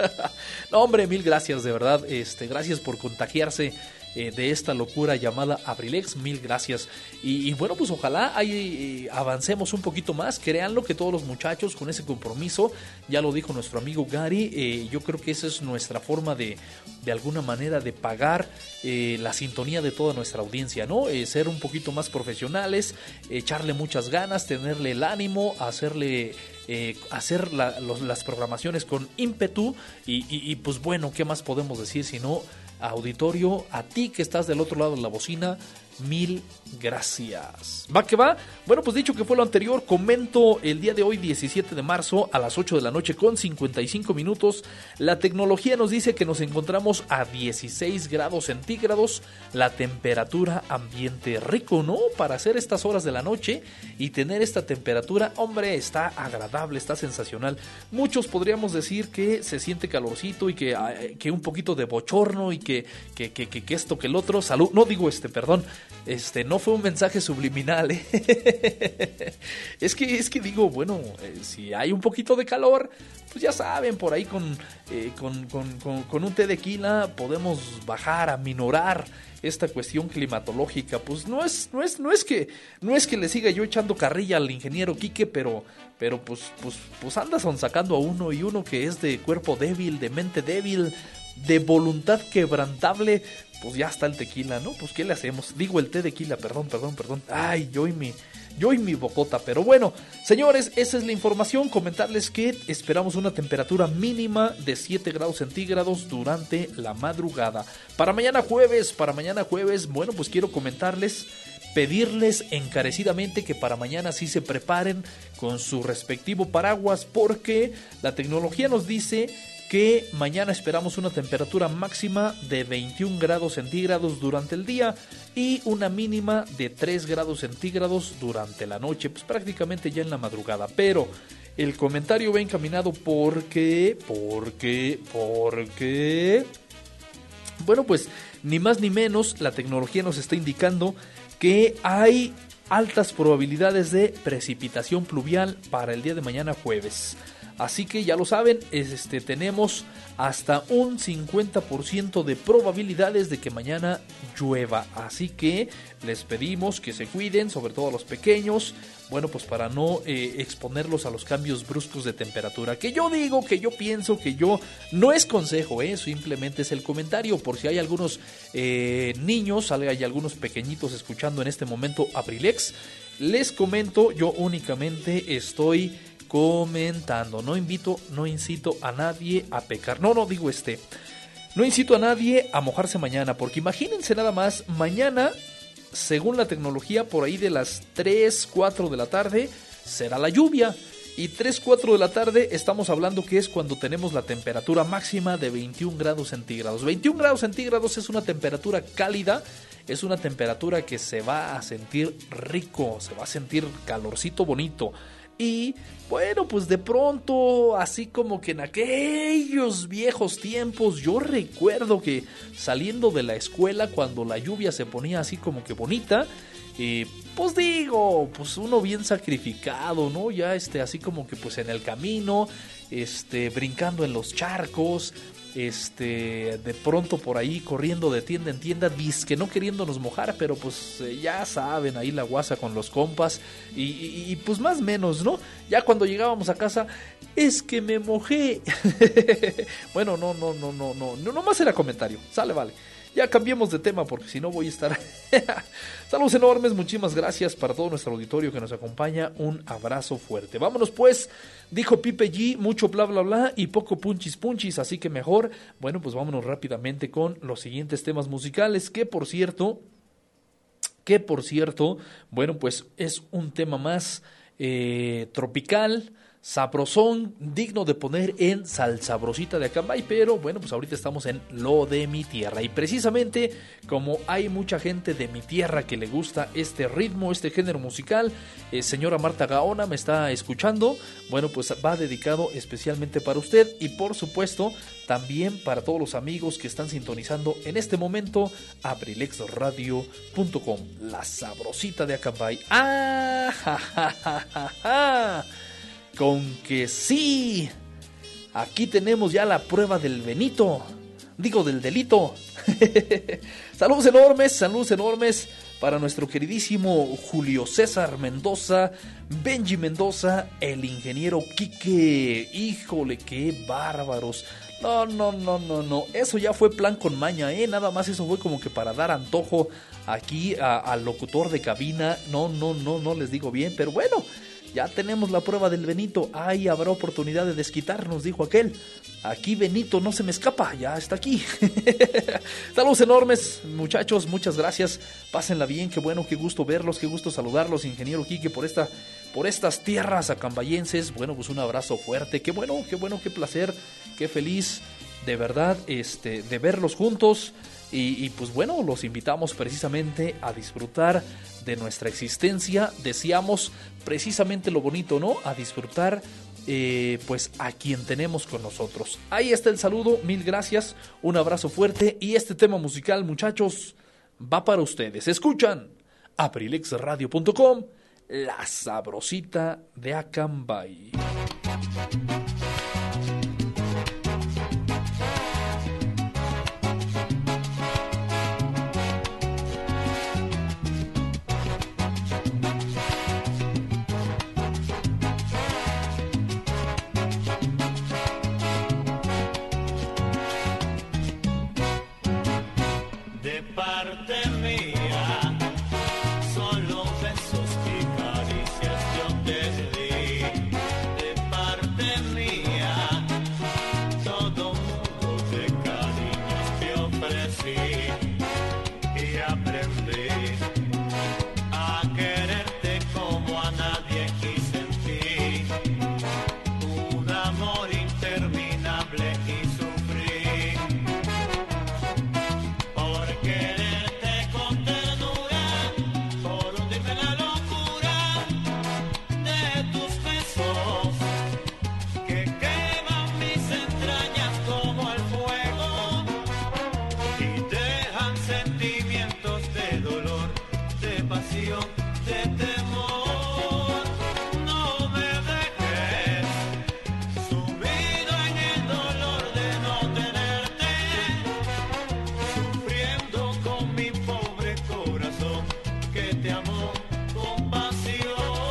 No, hombre, mil gracias, de verdad. Este, gracias por contagiarse eh, de esta locura llamada Abrilex, mil gracias. Y, y bueno, pues ojalá ahí eh, avancemos un poquito más. Créanlo que todos los muchachos con ese compromiso, ya lo dijo nuestro amigo Gary, eh, yo creo que esa es nuestra forma de, de alguna manera de pagar eh, la sintonía de toda nuestra audiencia, ¿no? Eh, ser un poquito más profesionales, echarle muchas ganas, tenerle el ánimo, hacerle... Eh, hacer la, los, las programaciones con ímpetu y, y, y pues bueno, ¿qué más podemos decir si no, auditorio, a ti que estás del otro lado de la bocina, mil gracias. ¿Va que va? Bueno, pues dicho que fue lo anterior, comento el día de hoy, diecisiete de marzo, a las ocho de la noche con cincuenta y cinco minutos. La tecnología nos dice que nos encontramos a dieciséis grados centígrados. La temperatura ambiente rico, ¿no? Para hacer estas horas de la noche y tener esta temperatura, hombre, está agradable, está sensacional. Muchos podríamos decir que se siente calorcito y que, que un poquito de bochorno y que, que, que, que, que esto, que el otro. Salud, no digo este, perdón. Este, no fue un mensaje subliminal, ¿eh? es que, es que digo, bueno, eh, si hay un poquito de calor, pues ya saben, por ahí con, eh, con, con, con, con un té de quila podemos bajar, aminorar esta cuestión climatológica. Pues no es, no es, no es que, no es que le siga yo echando carrilla al ingeniero Quique, pero, pero pues, pues, pues anda sonsacando a uno y uno que es de cuerpo débil, de mente débil, de voluntad quebrantable. Pues ya está el tequila, ¿no? Pues ¿qué le hacemos? Digo el té de quila, perdón, perdón, perdón. Ay, yo y mi, yo y mi bocota. Pero bueno, señores, esa es la información. Comentarles que esperamos una temperatura mínima de siete grados centígrados durante la madrugada. Para mañana jueves, para mañana jueves, bueno, pues quiero comentarles, pedirles encarecidamente que para mañana sí se preparen con su respectivo paraguas, porque la tecnología nos dice que mañana esperamos una temperatura máxima de veintiún grados centígrados durante el día y una mínima de tres grados centígrados durante la noche, pues prácticamente ya en la madrugada. Pero el comentario va encaminado porque, porque, porque, bueno, pues ni más ni menos la tecnología nos está indicando que hay altas probabilidades de precipitación pluvial para el día de mañana jueves. Así que ya lo saben, este, tenemos hasta un cincuenta por ciento de probabilidades de que mañana llueva. Así que les pedimos que se cuiden, sobre todo a los pequeños, bueno, pues para no eh, exponerlos a los cambios bruscos de temperatura. Que yo digo, que yo pienso, que yo no es consejo, ¿eh? Simplemente es el comentario, por si hay algunos eh, niños, hay algunos pequeñitos escuchando en este momento Abrilex. Les comento, yo únicamente estoy comentando, no invito, no incito a nadie a pecar, no, no digo este, no incito a nadie a mojarse mañana, porque imagínense nada más, mañana, según la tecnología, por ahí de las tres, cuatro de la tarde, será la lluvia, y tres, cuatro de la tarde estamos hablando que es cuando tenemos la temperatura máxima de veintiún grados centígrados, veintiún grados centígrados es una temperatura cálida, es una temperatura que se va a sentir rico, se va a sentir calorcito bonito. Y bueno, pues de pronto, así como que en aquellos viejos tiempos, yo recuerdo que saliendo de la escuela, cuando la lluvia se ponía así como que bonita, eh, pues digo, pues uno bien sacrificado, ¿no? Ya este, así como que pues en el camino, este, brincando en los charcos, este, de pronto por ahí corriendo de tienda en tienda, disque no queriéndonos mojar, pero pues eh, ya saben, ahí la guasa con los compas y, y, y pues más o menos, ¿no? Ya cuando llegábamos a casa, es que me mojé. Bueno, no, no, no, no, no, no, nomás era comentario, sale, vale. Ya cambiemos de tema porque si no voy a estar... Saludos enormes, muchísimas gracias para todo nuestro auditorio que nos acompaña. Un abrazo fuerte. Vámonos pues, dijo Pipe G, mucho bla bla bla y poco punchis punchis, así que mejor. Bueno, pues vámonos rápidamente con los siguientes temas musicales, que por cierto, que por cierto, bueno, pues es un tema más eh, tropical, sabrosón, digno de poner en salsabrosita de Acambay, pero bueno, pues ahorita estamos en lo de mi tierra y precisamente como hay mucha gente de mi tierra que le gusta este ritmo, este género musical, eh, señora Marta Gaona me está escuchando, bueno, pues va dedicado especialmente para usted y por supuesto también para todos los amigos que están sintonizando en este momento abrilexradio punto com, la sabrosita de Acambay. ¡Ah! Ja, ja, ja, ja, ja. Con que sí, aquí tenemos ya la prueba del Benito, digo del delito. Saludos enormes, saludos enormes para nuestro queridísimo Julio César Mendoza, Benji Mendoza, el ingeniero Quique. Híjole, qué bárbaros. No, no, no, no, no, eso ya fue plan con maña, ¿eh? Nada más eso fue como que para dar antojo aquí a, al locutor de cabina. No, no, no, no les digo bien, pero bueno. Ya tenemos la prueba del Benito. Ahí habrá oportunidad de desquitarnos, dijo aquel. Aquí Benito no se me escapa, ya está aquí. Saludos enormes, muchachos, muchas gracias. Pásenla bien, qué bueno, qué gusto verlos, qué gusto saludarlos, ingeniero Quique, por esta, por estas tierras acambayenses. Bueno, pues un abrazo fuerte, qué bueno, qué bueno, qué placer, qué feliz, de verdad, este, de verlos juntos. Y, y pues bueno, los invitamos precisamente a disfrutar de nuestra existencia. Deseamos precisamente lo bonito, ¿no? A disfrutar eh, pues a quien tenemos con nosotros. Ahí está el saludo, mil gracias, un abrazo fuerte. Y este tema musical, muchachos, va para ustedes. Escuchan abrilexradio punto com, la sabrosita de Acambay. De parte mía, solo besos y cariño. pasión, de temor. No me dejes sumido en el dolor de no tenerte, sufriendo con mi pobre corazón que te amó con pasión.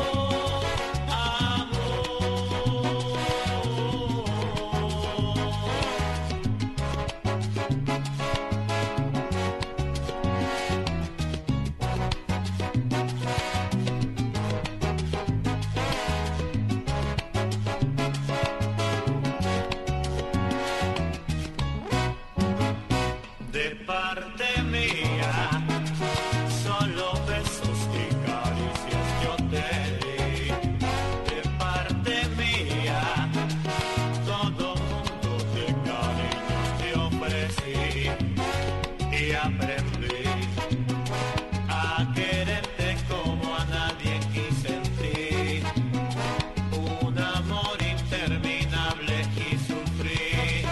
De parte mía, solo besos y caricias yo te di. De parte mía, todo mundo de cariños te ofrecí. Y aprendí a quererte como a nadie quise en ti. Un amor interminable y sufrí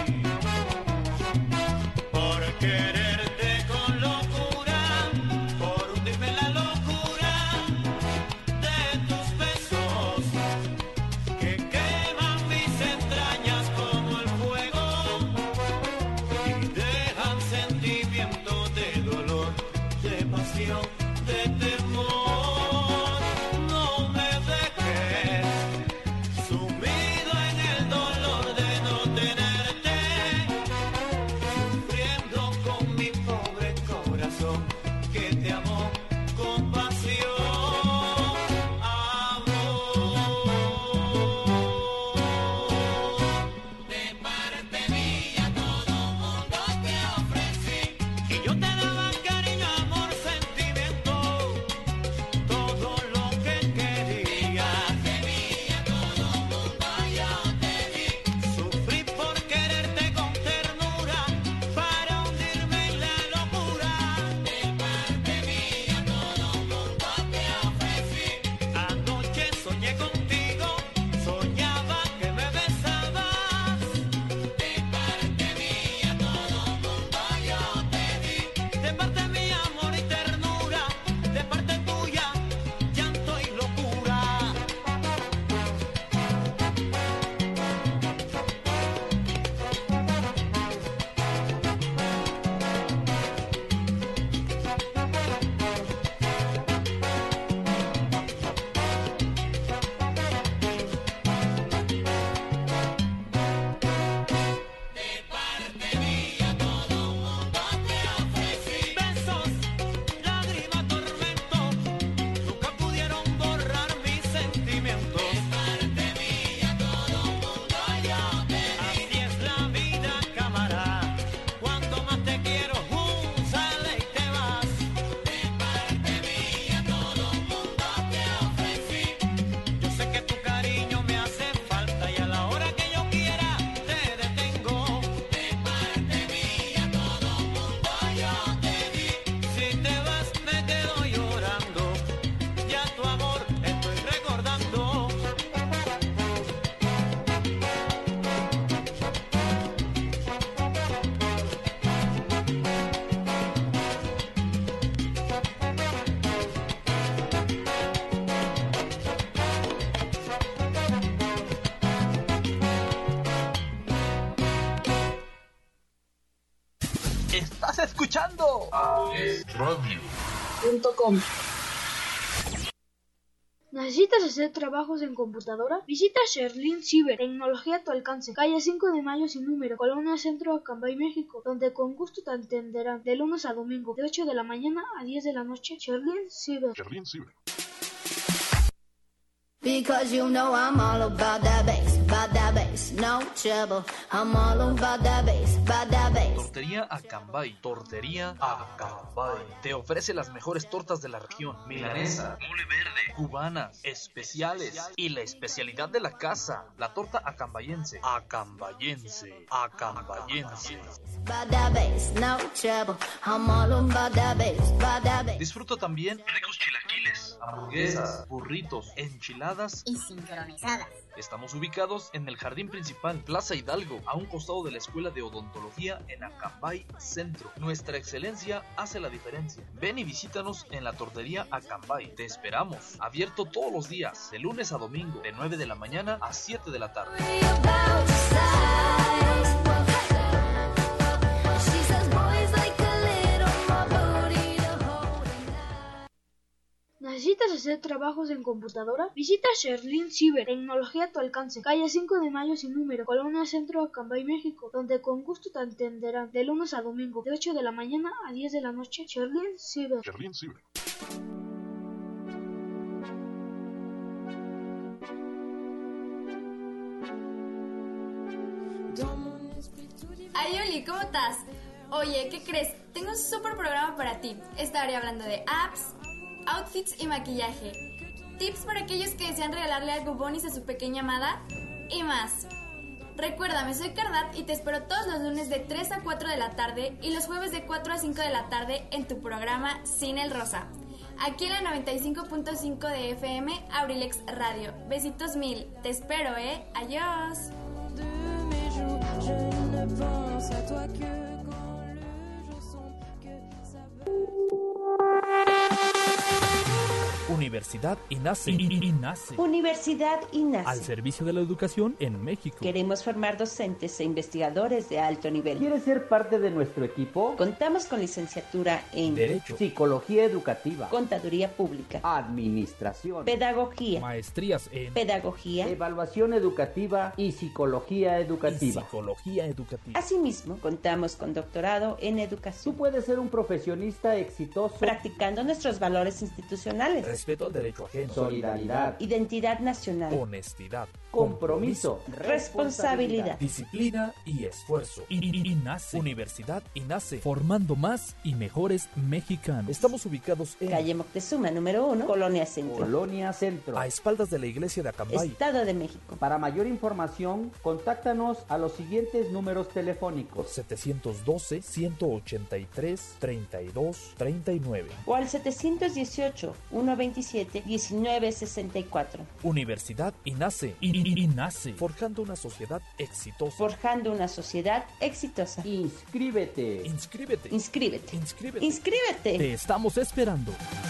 por quererte con locura, por hundirme en la locura de tus besos que queman mis entrañas como el fuego y dejan sentimiento de dolor, de pasión, de temor. No me dejes sumido en el dolor de no tenerte, sufriendo con mi pobre corazón que te amó con pasión. De parte mía todo mundo te ofrecí, y yo te daba cariño, amor, sentimiento, todo lo que quería. De mía todo mundo yo te di, sufrí por quererte con ternura para hundirme en la locura. De parte mía todo mundo te ofrecí, anoche soñé contigo, soñaba que me besabas. De parte mía todo mundo yo te di, de parte mía amor y ternura, de parte tuya llanto y locura. De parte mía todo mundo te ofrecí, besos, lágrimas, tormento, nunca pudieron borrar mis sentimientos. De parte mía todo mundo yo te di, así es la vida, cámara, cuando más te quiero, uh, sale y te vas. De parte mía todo mundo te ofrecí, yo sé que tu cariño me hace falta y a la hora que yo quiera te detengo. De parte mía todo mundo yo te di, si te vas me quedo llorando, ya tu amor estoy recordando. Estás escuchando Radio. punto com. ¿Necesitas hacer trabajos en computadora? Visita Sherlin Cyber, tecnología a tu alcance, calle cinco de mayo sin número, Colonia Centro, Acambay, México, donde con gusto te atenderán de lunes a domingo, de ocho de la mañana a diez de la noche. Sherlin Cyber. Sherlin Cyber. Because you know I'm all about that bass, about that bass, no trouble. I'm all about that bass, about that bass. Tortería Acambay. Tortería Acambay. Te ofrece las mejores tortas de la región. Milanesa, mole verde, cubanas, especiales y la especialidad de la casa, la torta acambayense. Acambayense. Acambayense. About that bass, no trouble. I'm all about that bass, about that bass. Disfruta también ricos chilaquiles hamburguesas, burritos, enchiladas y sincronizadas. Estamos ubicados en el jardín principal, Plaza Hidalgo, a un costado de la Escuela de Odontología en Acambay Centro. Nuestra excelencia hace la diferencia. Ven y visítanos en la tortería Acambay. Te esperamos. Abierto todos los días, de lunes a domingo, de nueve de la mañana a siete de la tarde. ¿Necesitas hacer trabajos en computadora? Visita Sherlin Ciber, tecnología a tu alcance, calle cinco de mayo sin número, Colonia Centro, Acambay, México, donde con gusto te atenderán de lunes a domingo, de ocho de la mañana a diez de la noche. Sherlin Ciber. Sherlin Ciber. Ay, Oli, ¿cómo estás? Oye, ¿qué crees? Tengo un súper programa para ti. Estaré hablando de apps, outfits y maquillaje, tips para aquellos que desean regalarle algo bonis a su pequeña amada y más. Recuérdame, soy Cardat y te espero todos los lunes de tres a cuatro de la tarde y los jueves de cuatro a cinco de la tarde en tu programa Sin el Rosa, aquí en la noventa y cinco punto cinco de F M, Abrilex Radio. Besitos mil, te espero, ¿eh? Adiós. Universidad INACE. INACE. Universidad INACE. Al servicio de la educación en México. Queremos formar docentes e investigadores de alto nivel. ¿Quieres ser parte de nuestro equipo? Contamos con licenciatura en Derecho, Psicología Educativa, Contaduría Pública, Administración, Pedagogía, maestrías en Pedagogía, Evaluación Educativa y Psicología Educativa. Y Psicología Educativa. Asimismo, contamos con doctorado en Educación. Tú puedes ser un profesionista exitoso practicando nuestros valores institucionales. Respeto al derecho ajeno, solidaridad, identidad nacional, honestidad, compromiso, responsabilidad, disciplina y esfuerzo. INACE. Universidad INACE. Formando más y mejores mexicanos. Estamos ubicados en calle Moctezuma número uno, Colonia Centro. Colonia Centro. A espaldas de la iglesia de Acambay, Estado de México. Para mayor información, contáctanos a los siguientes números telefónicos: setecientos doce, ciento ochenta y tres, treinta y dos, treinta y nueve o al setecientos dieciocho, ciento veintisiete, diecinueve sesenta y cuatro. Universidad INACE. INACE. Forjando una sociedad exitosa. Forjando una sociedad exitosa. Inscríbete. Inscríbete. Inscríbete. Inscríbete. Inscríbete. Te estamos esperando.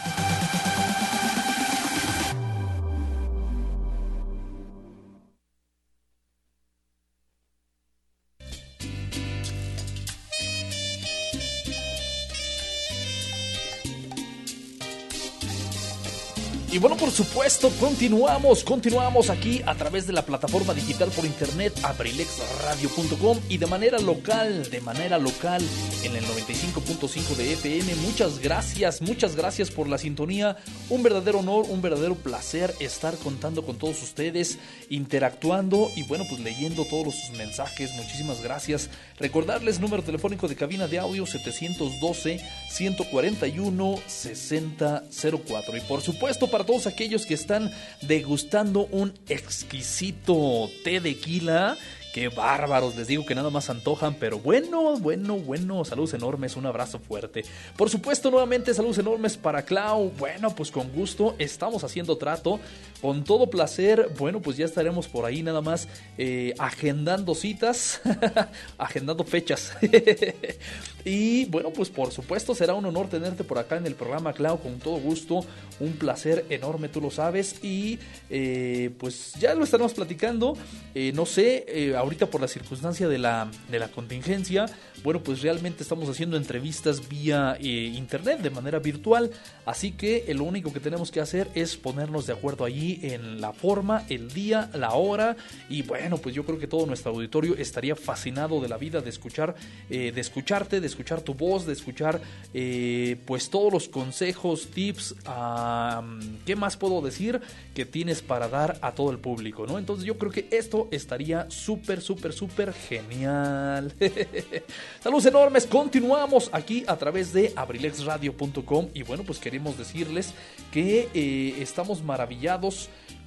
Y bueno, por supuesto, continuamos, continuamos aquí a través de la plataforma digital por internet abrilex radio punto com y de manera local, de manera local en el noventa y cinco punto cinco de F M. Muchas gracias, muchas gracias por la sintonía. Un verdadero honor, un verdadero placer estar contando con todos ustedes, interactuando y bueno, pues leyendo todos sus mensajes. Muchísimas gracias. Recordarles número telefónico de cabina de audio setecientos doce, ciento cuarenta y uno, sesenta cero cuatro. Y por supuesto, para todos aquellos que están degustando un exquisito té de tequila, qué bárbaros, les digo que nada más antojan, pero bueno, bueno, bueno, saludos enormes, un abrazo fuerte. Por supuesto, nuevamente saludos enormes para Clau. Bueno, pues con gusto, estamos haciendo trato, con todo placer. Bueno, pues ya estaremos por ahí nada más eh, agendando citas, agendando fechas. Y bueno, pues por supuesto será un honor tenerte por acá en el programa, Clau, con todo gusto, un placer enorme, tú lo sabes. Y eh, pues ya lo estaremos platicando, eh, no sé, eh, ahorita por la circunstancia de la, de la contingencia, bueno, pues realmente estamos haciendo entrevistas vía eh, internet, de manera virtual, así que eh, lo único que tenemos que hacer es ponernos de acuerdo allí en la forma, el día, la hora, y bueno, pues yo creo que todo nuestro auditorio estaría fascinado de la vida de escuchar, eh, de escucharte, de escuchar tu voz, de escuchar eh, pues todos los consejos, tips, um, ¿qué más puedo decir que tienes para dar a todo el público, ¿no? Entonces yo creo que esto estaría súper, súper, súper genial. Saludos enormes, continuamos aquí a través de abrilex radio punto com y bueno, pues queremos decirles que eh, estamos maravillados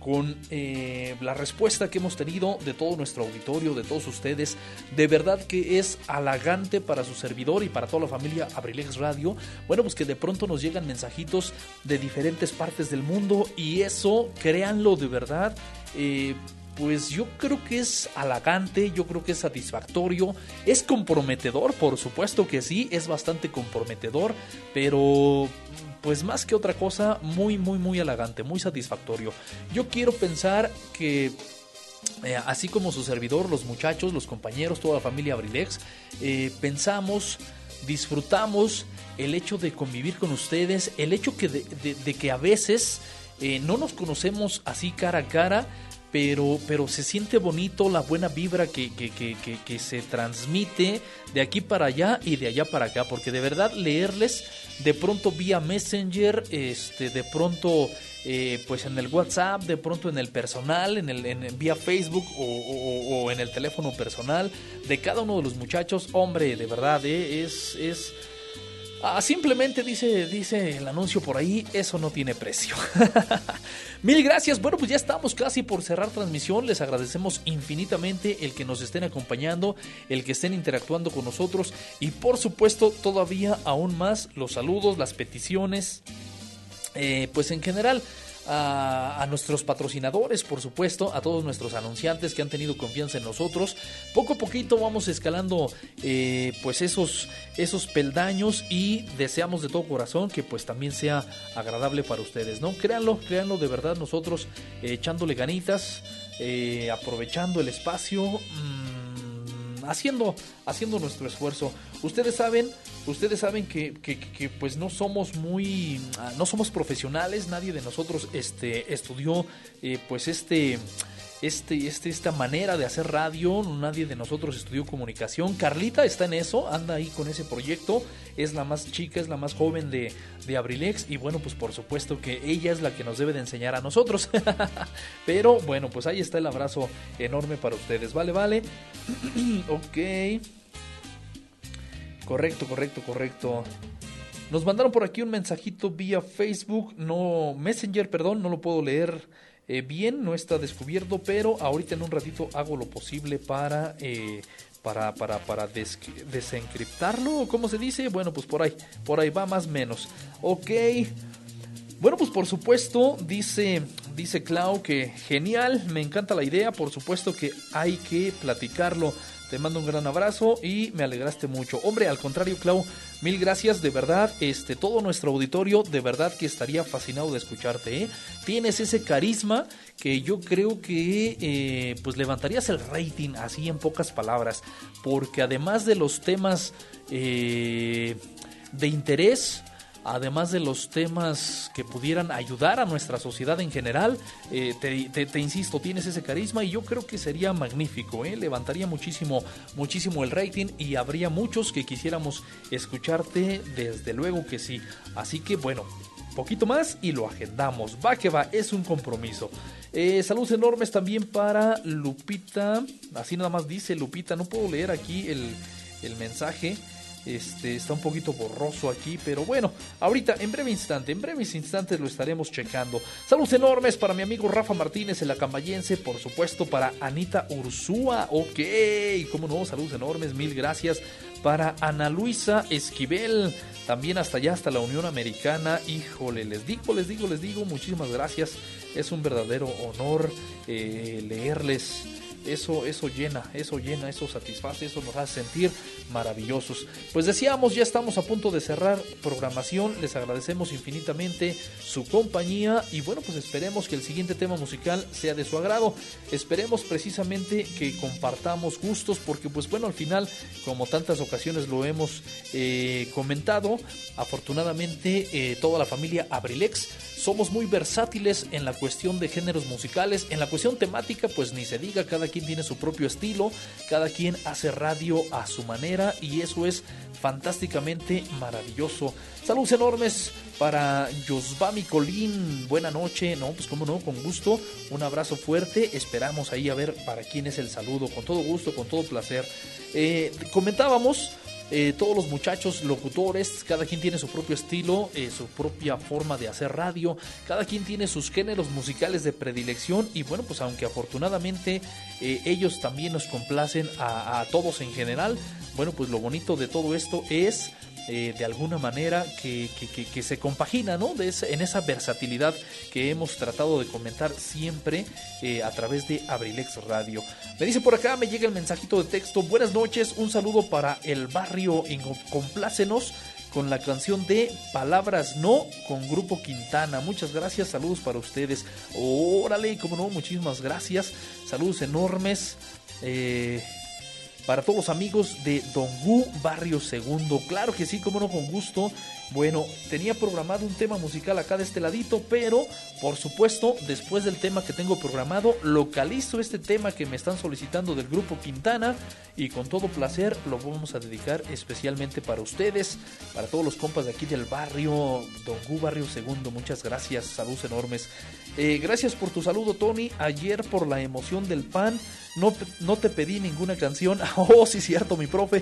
con eh, la respuesta que hemos tenido de todo nuestro auditorio, de todos ustedes. De verdad que es halagante para su servidor y para toda la familia Abrilex Radio. Bueno, pues que de pronto nos llegan mensajitos de diferentes partes del mundo, y eso, créanlo, de verdad, eh, pues yo creo que es halagante, yo creo que es satisfactorio, es comprometedor, por supuesto que sí, es bastante comprometedor, pero pues más que otra cosa, muy, muy, muy halagante, muy satisfactorio. Yo quiero pensar que eh, así como su servidor, los muchachos, los compañeros, toda la familia Abrilex, eh, pensamos, disfrutamos el hecho de convivir con ustedes, el hecho que de, de, de que a veces eh, no nos conocemos así cara a cara, Pero, pero se siente bonito la buena vibra que, que, que, que, que se transmite de aquí para allá y de allá para acá, porque de verdad leerles de pronto vía Messenger, este, de pronto eh, pues en el WhatsApp, de pronto en el personal, en el en, vía Facebook o, o, o en el teléfono personal de cada uno de los muchachos, hombre, de verdad eh, es... es Ah, simplemente dice, dice el anuncio por ahí, eso no tiene precio. Mil gracias. Bueno, pues ya estamos casi por cerrar transmisión. Les agradecemos infinitamente el que nos estén acompañando, el que estén interactuando con nosotros, y por supuesto todavía aún más los saludos, las peticiones, eh, pues en general A, a nuestros patrocinadores, por supuesto, a todos nuestros anunciantes que han tenido confianza en nosotros. Poco a poquito vamos escalando eh, pues esos, esos peldaños, y deseamos de todo corazón que pues también sea agradable para ustedes, ¿no? Créanlo, créanlo, de verdad, nosotros eh, echándole ganitas, eh, aprovechando el espacio, mmm, haciendo, haciendo nuestro esfuerzo. Ustedes saben, ustedes saben que, que, que pues no somos muy, no somos profesionales, nadie de nosotros este, estudió eh, pues este, este, este, esta manera de hacer radio, nadie de nosotros estudió comunicación. Carlita está en eso, anda ahí con ese proyecto, es la más chica, es la más joven de, de Abrilex, y bueno, pues por supuesto que ella es la que nos debe de enseñar a nosotros. Pero bueno, pues ahí está el abrazo enorme para ustedes, vale, vale. Ok. Correcto, correcto, correcto. Nos mandaron por aquí un mensajito vía Facebook, no, Messenger, perdón, no lo puedo leer eh, bien, no está descubierto, pero ahorita en un ratito hago lo posible para, eh, para, para, para des desencriptarlo, ¿cómo se dice? Bueno, pues por ahí, por ahí va más o menos. Ok. Bueno, pues por supuesto, dice, dice Clau que genial, me encanta la idea, por supuesto que hay que platicarlo. Te mando un gran abrazo y me alegraste mucho. Hombre, al contrario, Clau, mil gracias, de verdad, este, todo nuestro auditorio, de verdad que estaría fascinado de escucharte, ¿eh? Tienes ese carisma que yo creo que eh, pues levantarías el rating, así en pocas palabras, porque además de los temas eh, de interés, además de los temas que pudieran ayudar a nuestra sociedad en general, eh, te, te, te insisto, tienes ese carisma, y yo creo que sería magnífico, ¿eh? Levantaría muchísimo, muchísimo el rating, y habría muchos que quisiéramos escucharte, desde luego que sí. Así que bueno, poquito más y lo agendamos. Va que va, es un compromiso. Eh, saludos enormes también para Lupita, así nada más dice Lupita, no puedo leer aquí el, el mensaje. Este, está un poquito borroso aquí, pero bueno, ahorita, en breve instante, en breves instantes lo estaremos checando. Saludos enormes para mi amigo Rafa Martínez, el acambayense, por supuesto para Anita Ursúa, ok, cómo no, saludos enormes, mil gracias. Para Ana Luisa Esquivel, también hasta allá, hasta la Unión Americana, híjole, les digo, les digo, les digo, muchísimas gracias, es un verdadero honor eh, leerles. Eso, eso llena, eso llena, eso satisface, eso nos hace sentir maravillosos. Pues decíamos, ya estamos a punto de cerrar programación. Les agradecemos infinitamente su compañía, y bueno, pues esperemos que el siguiente tema musical sea de su agrado. Esperemos precisamente que compartamos gustos, porque pues bueno, al final, como tantas ocasiones lo hemos eh, comentado, afortunadamente eh, toda la familia Abrilex somos muy versátiles en la cuestión de géneros musicales. En la cuestión temática, pues ni se diga, cada quien tiene su propio estilo, cada quien hace radio a su manera, y eso es fantásticamente maravilloso. Saludos enormes para Yosvami Colín, buena noche. No, pues cómo no, con gusto, un abrazo fuerte. Esperamos ahí a ver para quién es el saludo, con todo gusto, con todo placer. Eh, comentábamos eh, todos los muchachos locutores, cada quien tiene su propio estilo, eh, su propia forma de hacer radio, cada quien tiene sus géneros musicales de predilección y bueno, pues aunque afortunadamente eh, ellos también nos complacen a, a todos en general, bueno, pues lo bonito de todo esto es Eh, de alguna manera que, que, que, que se compagina, ¿no? De ese, en esa versatilidad que hemos tratado de comentar siempre eh, a través de Abrilex Radio. Me dice por acá, me llega el mensajito de texto: buenas noches, un saludo para el barrio, complácenos con la canción de Palabras No con Grupo Quintana. Muchas gracias, saludos para ustedes. Órale, como no, muchísimas gracias, saludos enormes. Eh... Para todos los amigos de Don Gu, Barrio Segundo. Claro que sí, como no, con gusto. Bueno, tenía programado un tema musical acá de este ladito, pero por supuesto, después del tema que tengo programado, localizo este tema que me están solicitando del Grupo Quintana y con todo placer lo vamos a dedicar especialmente para ustedes, para todos los compas de aquí del barrio, Don Gu, Barrio Segundo. Muchas gracias, saludos enormes. Eh, gracias por tu saludo, Tony. Ayer por la emoción del pan no, no te pedí ninguna canción. Oh, sí, cierto, mi profe.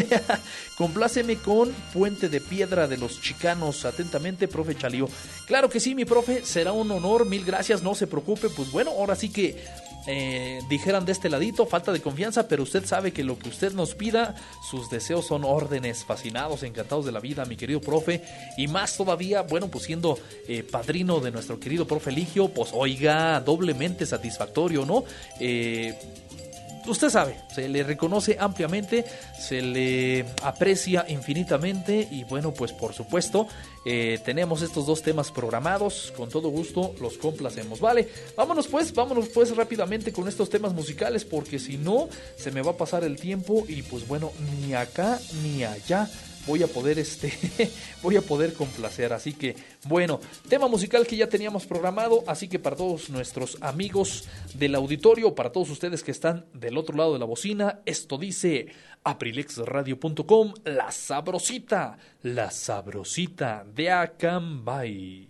Compláceme con Puente de Piedra de los Chicanos. Atentamente, profe Chalío. Claro que sí, mi profe, será un honor, mil gracias, no se preocupe. Pues bueno, ahora sí que eh, dijeran de este ladito, falta de confianza, pero usted sabe que lo que usted nos pida, sus deseos son órdenes. Fascinados, encantados de la vida, mi querido profe, y más todavía, bueno, pues siendo eh, padrino de nuestro querido profe Eligio, pues oiga, doblemente satisfactorio, ¿no? Eh... Usted sabe, se le reconoce ampliamente, se le aprecia infinitamente y bueno, pues por supuesto eh, tenemos estos dos temas programados, con todo gusto los complacemos, ¿vale? Vámonos pues, vámonos pues rápidamente con estos temas musicales porque si no se me va a pasar el tiempo y pues bueno, ni acá ni allá voy a poder este voy a poder complacer, así que bueno, tema musical que ya teníamos programado, así que para todos nuestros amigos del auditorio, para todos ustedes que están del otro lado de la bocina, esto dice Abrilex Radio punto com, la sabrosita, la sabrosita de Acambay.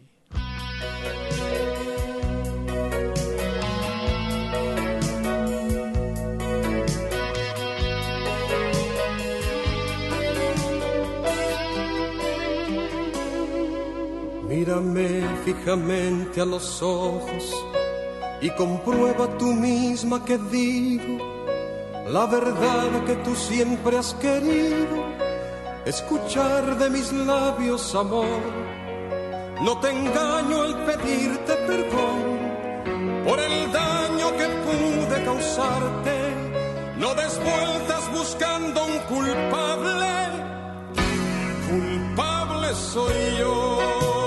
Mírame fijamente a los ojos y comprueba tú misma que digo la verdad que tú siempre has querido escuchar de mis labios, amor. No te engaño al pedirte perdón por el daño que pude causarte. No des vueltas buscando un culpable, culpable soy yo.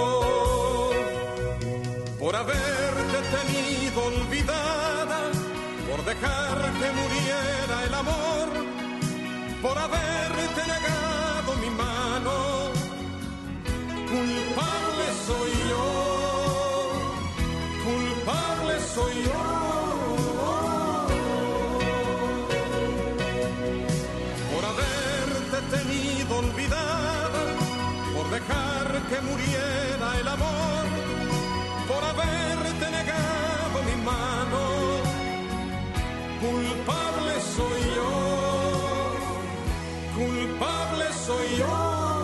Por haberte tenido olvidada, por dejar que muriera el amor, por haberte negado mi mano, culpable soy yo, culpable soy yo. Por haberte tenido olvidada, por dejar que muriera el amor, por haberte negado mi mano, culpable soy yo, culpable soy yo.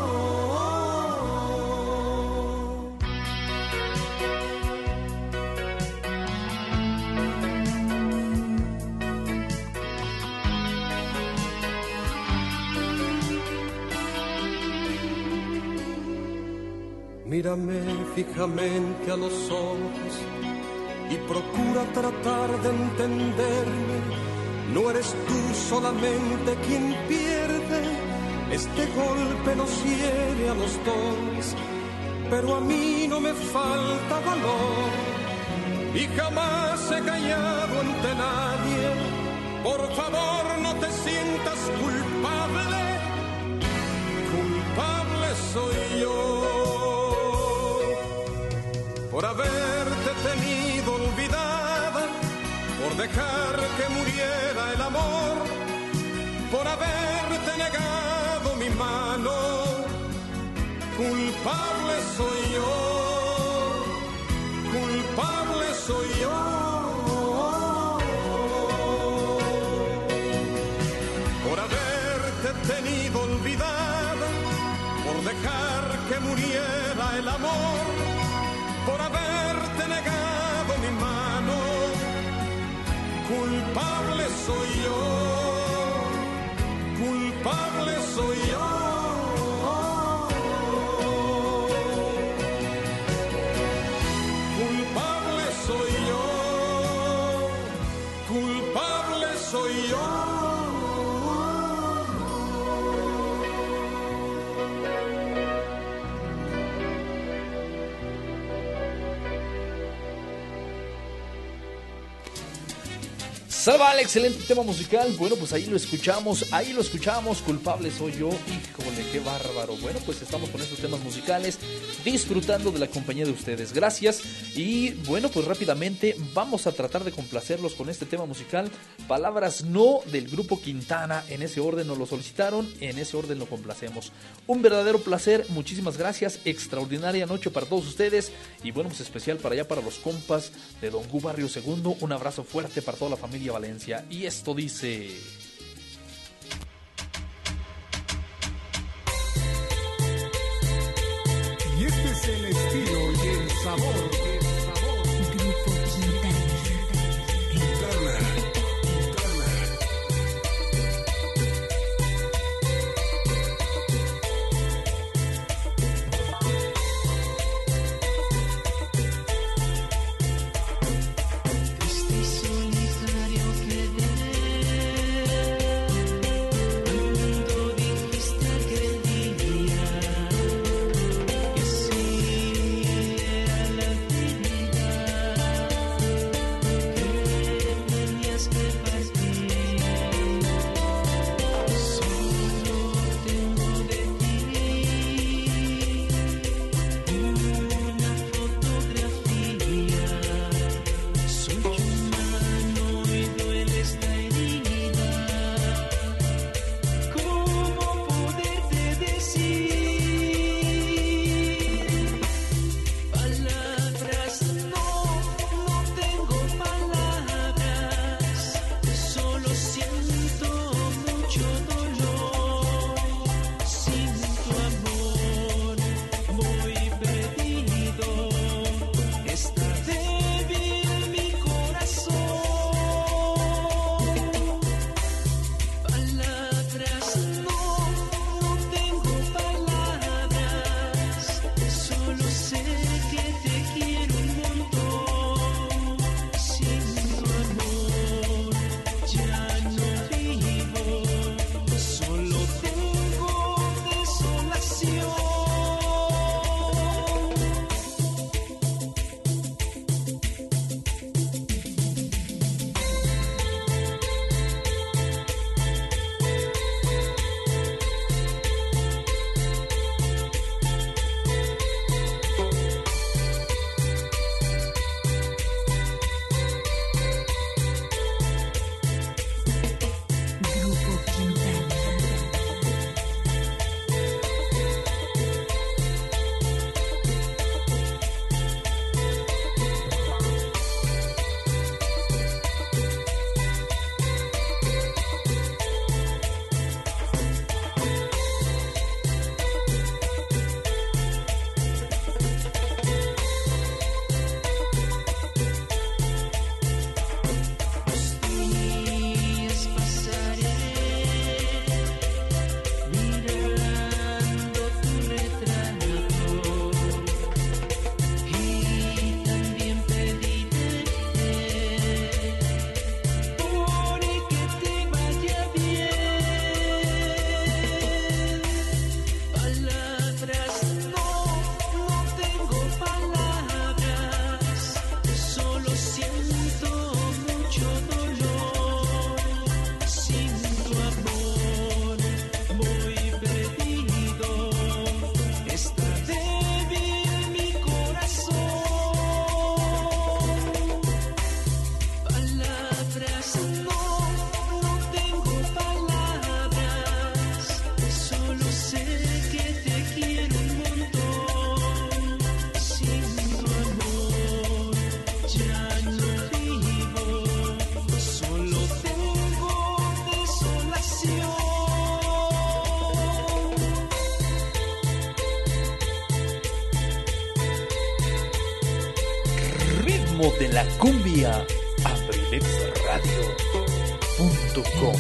Mírame fijamente a los ojos y procura tratar de entenderme. No eres tú solamente quien pierde, este golpe nos hiere a los dos, pero a mí no me falta valor y jamás he callado ante nadie. Por favor no te sientas culpable, culpable soy yo. Por haberte tenido olvidada, por dejar que muriera el amor, por haberte negado mi mano, culpable soy yo, culpable soy yo. Por haberte tenido olvidada, Salva, excelente tema musical. Bueno, pues ahí lo escuchamos, ahí lo escuchamos. Culpable soy yo. Híjole, qué bárbaro. Bueno, pues estamos con estos temas musicales, disfrutando de la compañía de ustedes. Gracias. Y bueno, pues rápidamente vamos a tratar de complacerlos con este tema musical. Palabras No, del grupo Quintana. En ese orden nos lo solicitaron, en ese orden lo complacemos. Un verdadero placer, muchísimas gracias. Extraordinaria noche para todos ustedes. Y bueno, pues especial para allá, para los compas de Don Gu Barrio Segundo. Un abrazo fuerte para toda la familia Valencia. Y esto dice... Y este es el estilo y el sabor. Grupo Quintana. Quintana. De la cumbia, abrilex radio punto com.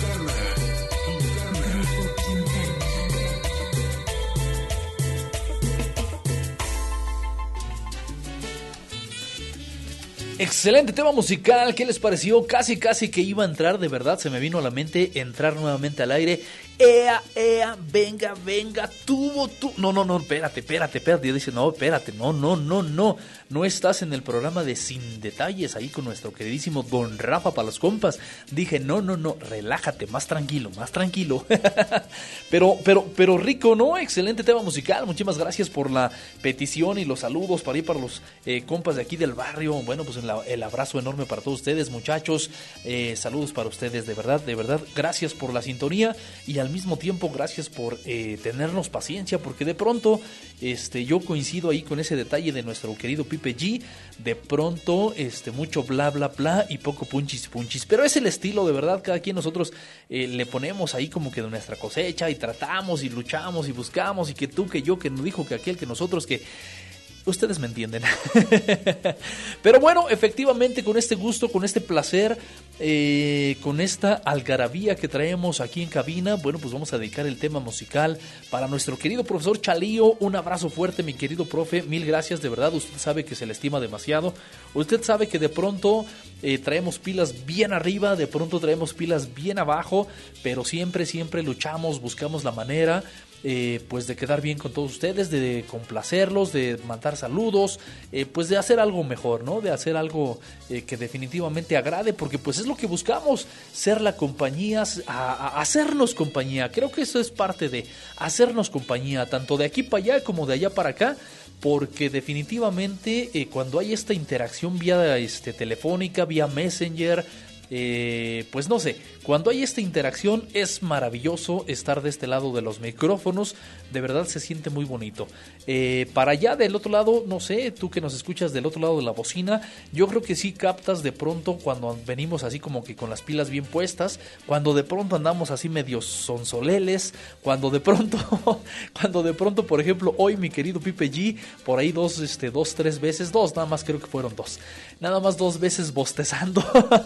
Excelente tema musical, ¿qué les pareció? Casi casi que iba a entrar, de verdad se me vino a la mente entrar nuevamente al aire Ea, ea, venga, venga, tuvo, tú. No, no, no, espérate, espérate, espérate. Yo dice, no, espérate, no, no, no, no. No estás en el programa de Sin Detalles ahí con nuestro queridísimo Don Rafa para los compas. Dije, no, no, no, relájate, más tranquilo, más tranquilo. pero, pero, pero rico, ¿no? Excelente tema musical. Muchísimas gracias por la petición y los saludos para ir para los eh, compas de aquí del barrio. Bueno, pues el, el abrazo enorme para todos ustedes, muchachos. Eh, saludos para ustedes, de verdad, de verdad. Gracias por la sintonía y al mismo tiempo gracias por eh, tenernos paciencia, porque de pronto este, yo coincido ahí con ese detalle de nuestro querido Pipe G. De pronto este, mucho bla bla bla y poco punchis punchis, pero es el estilo, de verdad. Cada quien nosotros eh, le ponemos ahí como que de nuestra cosecha y tratamos y luchamos y buscamos, y que tú, que yo, que no dijo, que aquel, que nosotros, que... Ustedes me entienden. Pero bueno, efectivamente, con este gusto, con este placer, eh, con esta algarabía que traemos aquí en cabina, bueno, pues vamos a dedicar el tema musical para nuestro querido profesor Chalío. Un abrazo fuerte, mi querido profe. Mil gracias, de verdad. Usted sabe que se le estima demasiado. Usted sabe que de pronto eh, traemos pilas bien arriba, de pronto traemos pilas bien abajo, pero siempre, siempre luchamos, buscamos la manera... Eh, pues de quedar bien con todos ustedes, de complacerlos, de mandar saludos, eh, pues de hacer algo mejor, ¿no? De hacer algo eh, que definitivamente agrade, porque pues es lo que buscamos, ser la compañía, a, a hacernos compañía. Creo que eso es parte de hacernos compañía, tanto de aquí para allá como de allá para acá, porque definitivamente eh, cuando hay esta interacción vía este, telefónica, vía Messenger, Eh, pues no sé, cuando hay esta interacción es maravilloso estar de este lado de los micrófonos, de verdad se siente muy bonito. Eh, para allá del otro lado, no sé, tú que nos escuchas del otro lado de la bocina, yo creo que sí captas de pronto cuando venimos así como que con las pilas bien puestas, cuando de pronto andamos así medio sonsoleles, cuando de pronto, cuando de pronto, por ejemplo, hoy mi querido Pipe G, por ahí dos, este, dos, tres veces, dos, nada más creo que fueron dos, nada más dos veces bostezando.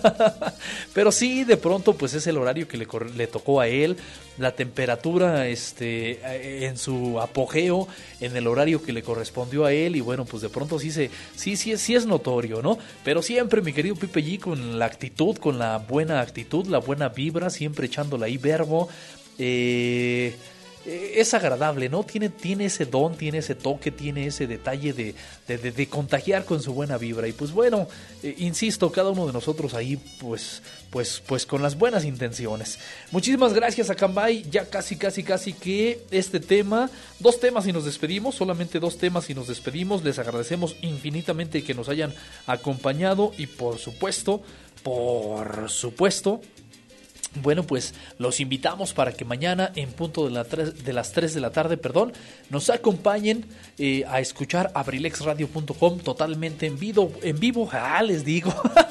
Pero sí, de pronto pues es el horario que le, le tocó a él, la temperatura este, en su apogeo, en el horario que le correspondió a él, y bueno, pues de pronto sí, se, sí, sí, sí es notorio, ¿no? Pero siempre mi querido Pipe G con la actitud, con la buena actitud, la buena vibra, siempre echándole ahí verbo, eh... es agradable, ¿no? Tiene, tiene ese don, tiene ese toque, tiene ese detalle de, de, de, de contagiar con su buena vibra. Y pues bueno, eh, insisto, cada uno de nosotros ahí, pues, pues, pues con las buenas intenciones. Muchísimas gracias a Cambay. Ya casi, casi, casi que este tema, dos temas y nos despedimos, solamente dos temas y nos despedimos. Les agradecemos infinitamente que nos hayan acompañado y por supuesto, por supuesto... Bueno, pues los invitamos para que mañana en punto de, la tres, de las tres de la tarde, perdón, nos acompañen eh, a escuchar abrilex radio punto com totalmente en vivo, en vivo, ah, les digo,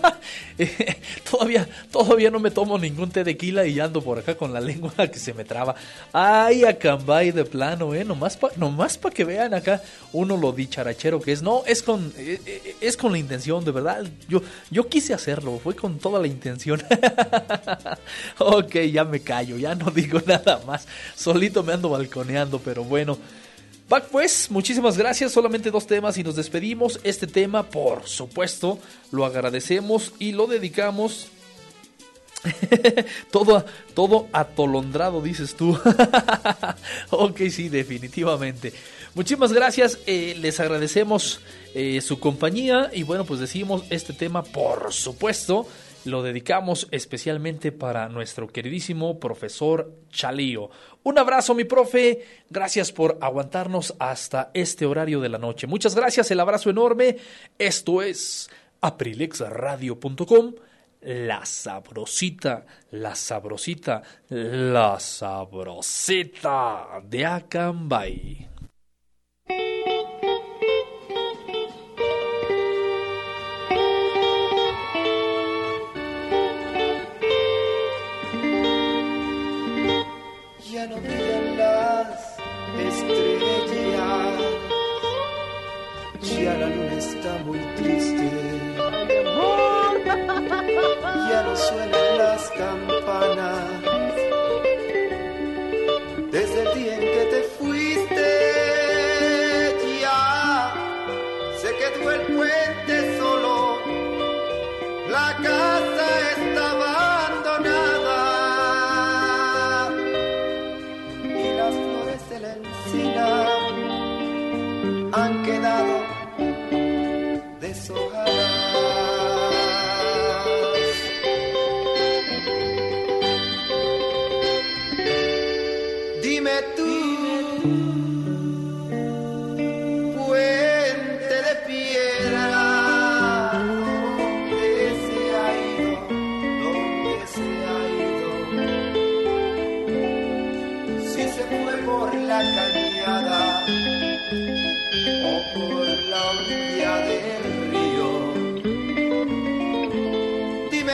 eh, todavía, todavía no me tomo ningún té de tequila y ando por acá con la lengua que se me traba. Ay, Acambay de plano, eh, nomás para nomás pa que vean acá uno lo dicharachero que es. No, es con, eh, es con la intención, de verdad, yo, yo quise hacerlo, fue con toda la intención. Ok, ya me callo, ya no digo nada más. Solito me ando balconeando, pero bueno. Va pues, muchísimas gracias. Solamente dos temas y nos despedimos. Este tema, por supuesto, lo agradecemos y lo dedicamos. todo, todo atolondrado, dices tú. Ok, sí, definitivamente. Muchísimas gracias. Eh, les agradecemos eh, su compañía. Y bueno, pues decimos este tema, por supuesto, lo dedicamos especialmente para nuestro queridísimo profesor Chalío. Un abrazo, mi profe. Gracias por aguantarnos hasta este horario de la noche. Muchas gracias, el abrazo enorme. Esto es abrilex radio punto com. La sabrosita, la sabrosita, la sabrosita de Acambay. Ya no brillan las estrellas, ya la luna está muy triste, ya no suenan las campanas, desde el día en que te fuiste, ya se quedó el puente solo, la casa está abandonada.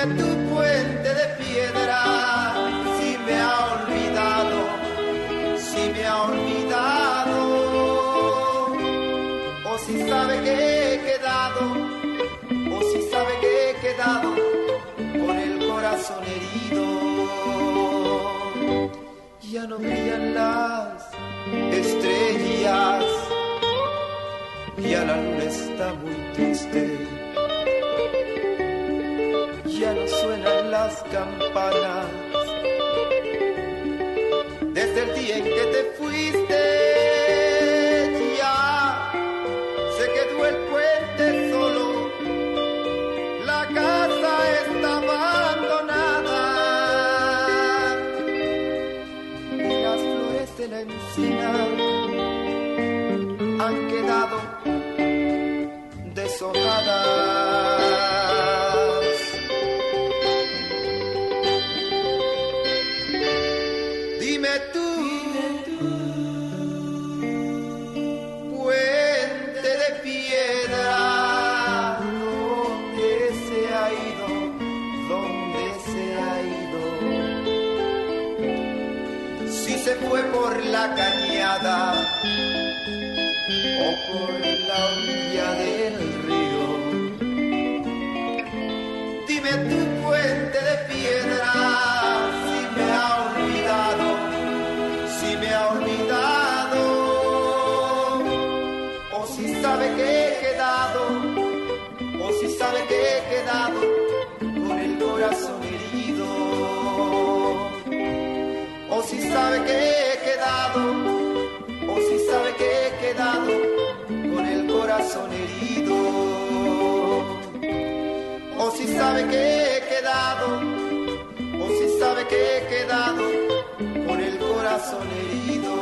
tu puente de piedra, si me ha olvidado, si me ha olvidado, o si sabe que he quedado, o si sabe que he quedado con el corazón herido. Ya no brillan las estrellas, ya la luna está muy triste, ya no suenan las campanas. Desde el día en que te fuiste, ya se quedó el puente solo, la casa está abandonada y las flores de la encina han quedado deshojadas. Dime tú, puente de piedra, ¿dónde se ha ido? ¿Dónde se ha ido? Si se fue por la cañada o por la orilla del río. Dime tu puente de piedra, si me ha olvidado, si me ha olvidado, o si sabe que he quedado, o si sabe que he quedado con el corazón herido, o si sabe que he quedado, o si sabe que he quedado con el corazón herido, o si sabe que he quedado, o si sabe que he quedado con el corazón herido.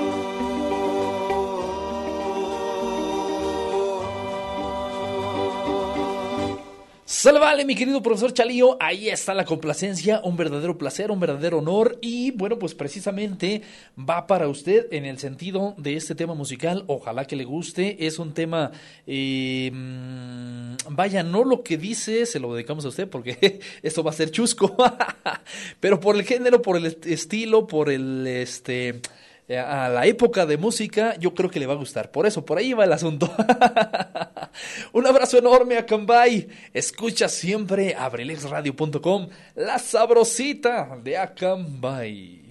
Sale, vale, mi querido profesor Chalío, ahí está la complacencia, un verdadero placer, un verdadero honor, y bueno, pues precisamente va para usted en el sentido de este tema musical, ojalá que le guste, es un tema, eh, vaya, no lo que dice, se lo dedicamos a usted porque esto va a ser chusco, pero por el género, por el estilo, por el, este... a la época de música, yo creo que le va a gustar. Por eso, por ahí va el asunto. Un abrazo enorme a Acambay. Escucha siempre abrilex radio punto com, la sabrosita de Acambay.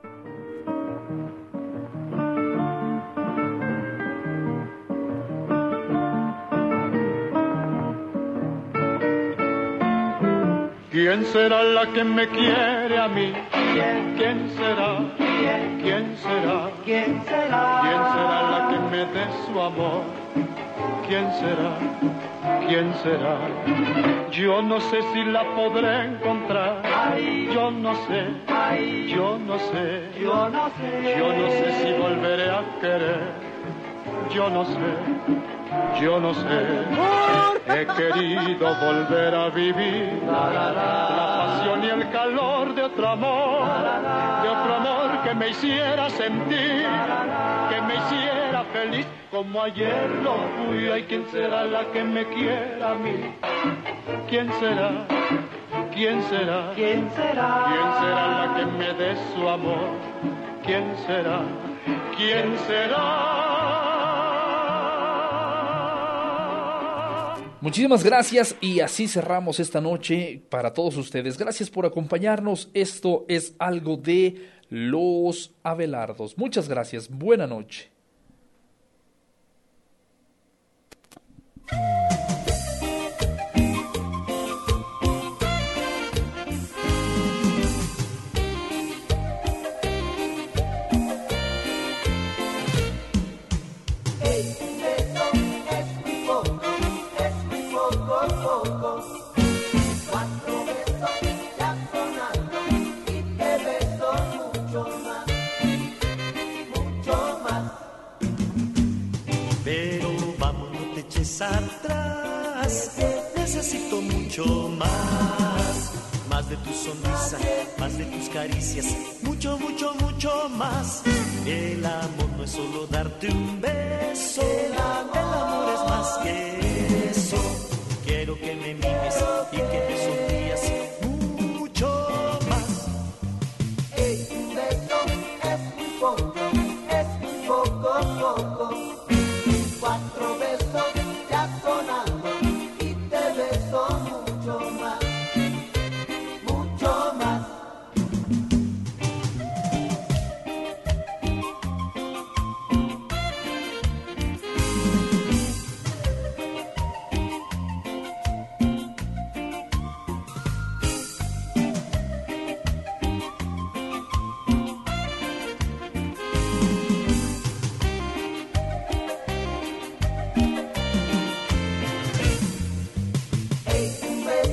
¿Quién será la que me quiere a mí? ¿Quién, ¿Quién será? ¿Quién, ¿Quién será? ¿Quién será? ¿Quién será la que me dé su amor? ¿Quién será? ¿Quién será? Yo no sé si la podré encontrar. Yo no sé. Yo no sé. Yo no sé. Yo no sé si volveré a querer. Yo no sé. Yo no sé, he querido volver a vivir la pasión y el calor de otro amor, de otro amor que me hiciera sentir, que me hiciera feliz como ayer lo fui. Ay, ¿quién será la que me quiera a mí? ¿Quién será? ¿Quién será? ¿Quién será? ¿Quién será la que me dé su amor? ¿Quién será? ¿Quién será? Muchísimas gracias y así cerramos esta noche para todos ustedes. Gracias por acompañarnos. Esto es algo de Los Abelardos. Muchas gracias. Buena noche. Atrás, necesito mucho más, más de tu sonrisa, más de tus caricias, mucho, mucho, mucho más. El amor no es solo darte un beso, el amor es más que eso. Quiero que me mimes y que me sonrías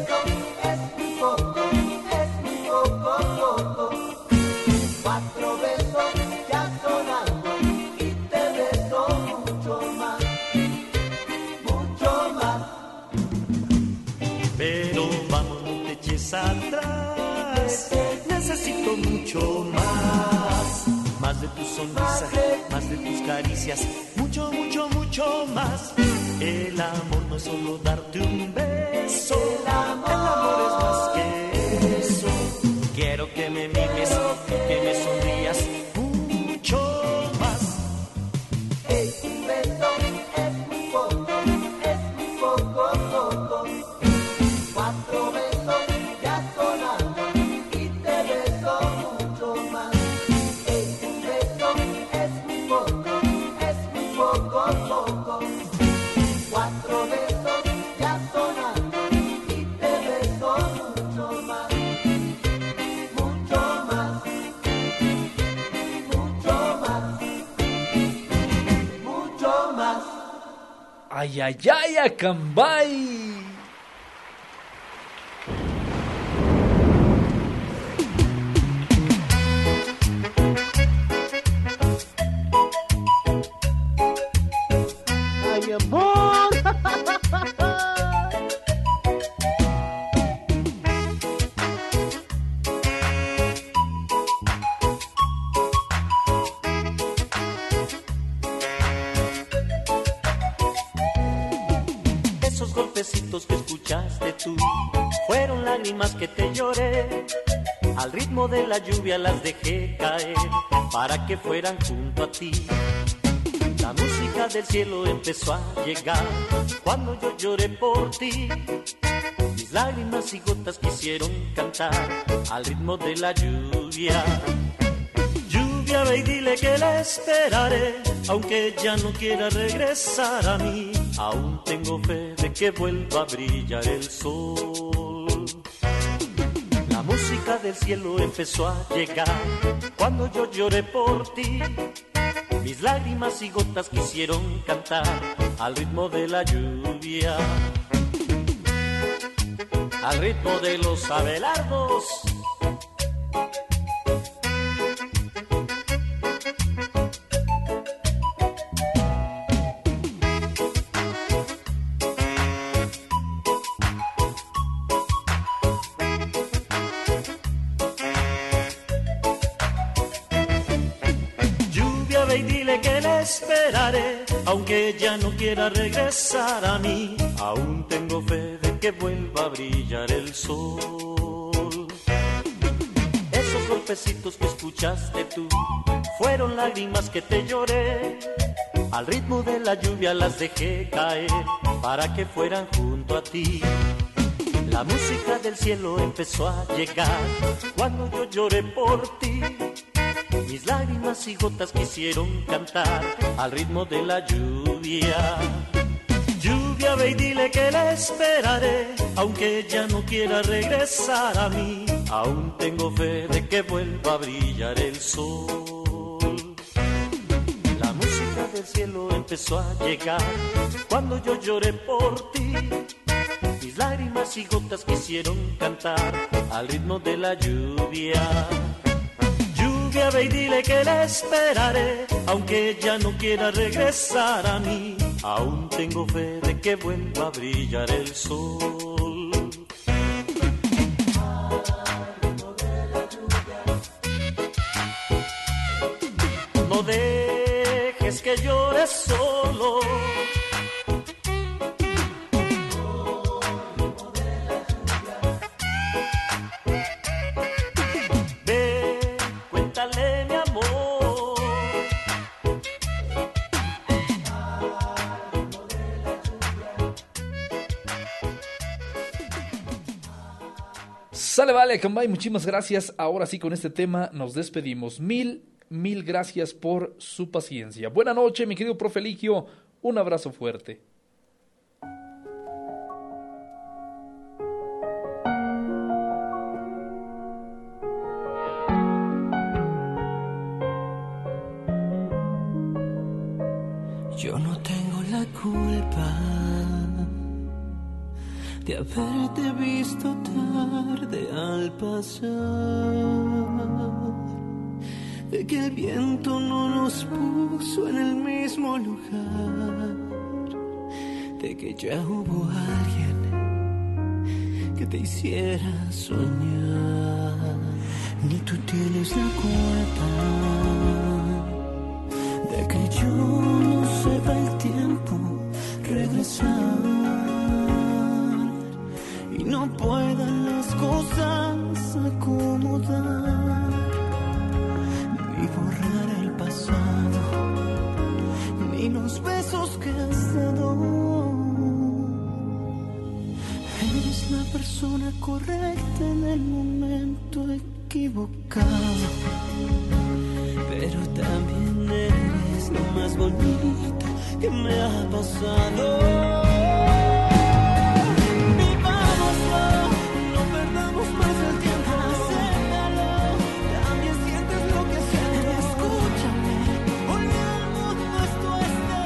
beso es muy poco, es muy poco, poco. Cuatro besos ya son algo y te beso mucho más, mucho más. Pero vamos, no te eches atrás, necesito mucho más. Más de tu sonrisa, más de tus caricias, mucho, mucho, mucho más. El amor no es solo darte un beso, el amor, el amor es más que eso. Quiero que me mimes, que me sonrías mucho más. Un beso es muy poco, es muy poco, poco. Cuatro besos ya son algo y te beso mucho más. Un beso es muy poco, es muy poco, poco. Cuatro besos ya son algo y te beso mucho más, mucho más, mucho más, mucho más. Ay, ay, ay, Acambay. Ay, mi amor. Esos golpecitos que escuchaste tú fueron lágrimas que te lloré. Al ritmo de la lluvia las dejé caer para que fueran junto a ti. La música del cielo empezó a llegar cuando yo lloré por ti. Mis lágrimas y gotas quisieron cantar al ritmo de la lluvia. Lluvia, ve y dile que la esperaré, aunque ya no quiera regresar a mí. Aún tengo fe de que vuelva a brillar el sol. La música del cielo empezó a llegar cuando yo lloré por ti. Mis lágrimas y gotas quisieron cantar al ritmo de la lluvia, al ritmo de los abelardos. Ve y dile que la esperaré, aunque ya no quiera regresar a mí. Aún tengo fe de que vuelva a brillar el sol. Esos golpecitos que escuchaste tú fueron lágrimas que te lloré. Al ritmo de la lluvia las dejé caer para que fueran junto a ti. La música del cielo empezó a llegar cuando yo lloré por ti. Mis lágrimas y gotas quisieron cantar al ritmo de la lluvia. Lluvia, ve y dile que la esperaré, aunque ya no quiera regresar a mí. Aún tengo fe de que vuelva a brillar el sol. La música del cielo empezó a llegar cuando yo lloré por ti. Mis lágrimas y gotas quisieron cantar al ritmo de la lluvia. Lluvia, ve y dile que la esperaré, aunque ya no quiera regresar a mí. Aún tengo fe de que vuelva a brillar el sol. No dejes que llores solo. Sale, vale, Acambay, muchísimas gracias. Ahora sí, con este tema nos despedimos. Mil, mil gracias por su paciencia. Buenas noches, mi querido profe Eligio. Un abrazo fuerte. Yo no tengo la culpa de haber haberte visto tarde al pasar, de que el viento no nos puso en el mismo lugar, de que ya hubo alguien que te hiciera soñar. Ni tú tienes la culpa de que yo no sepa el tiempo regresar y no puedan las cosas acomodar, ni borrar el pasado, ni los besos que has dado. Eres la persona correcta en el momento equivocado, pero también eres lo más bonito que me ha pasado. Vivámoslo, no perdamos más el tiempo. Acéptalo, también sientes lo que siento. Escúchame, hoy el mundo esto es de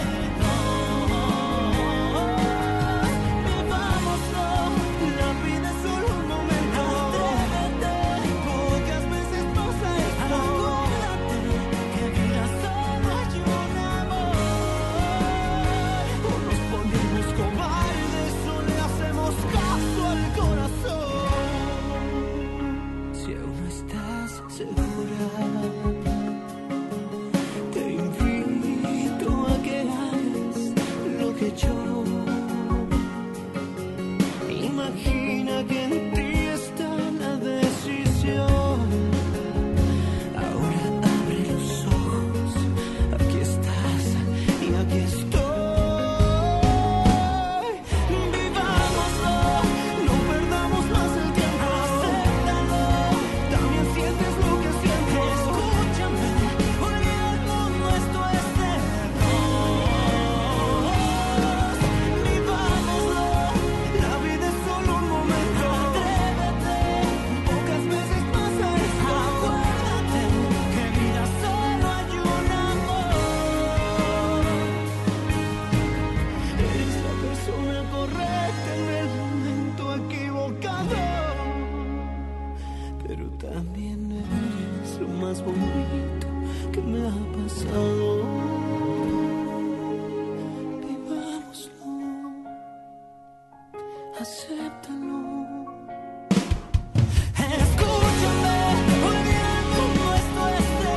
dos. Vivámoslo, la vida es solo un momento. Atrévete, pocas veces pasa esto. Acuérdate que vida solo hay un amor. O nos ponemos cobardes o le hacemos caso al corazón. Si aún no estás segura, te invito a que hagas lo que yo. Imagina que en ti está la decisión. Ahora abre los ojos, aquí estás y aquí estoy. Vivámoslo, no perdamos más el tiempo. Acéptalo, también sientes lo que siento. Escúchame, hoy el mundo esto es de dos. Vivámoslo, la vida es solo un momento. Atrévete, pocas veces pasa esto. Acuérdate que vida solo hay un amor. Eres la persona correcta en el momento equivocado, pero también eres lo más bonito que me ha pasado. Vivámoslo, acéptalo. Escúchame, hoy el mundo esto es de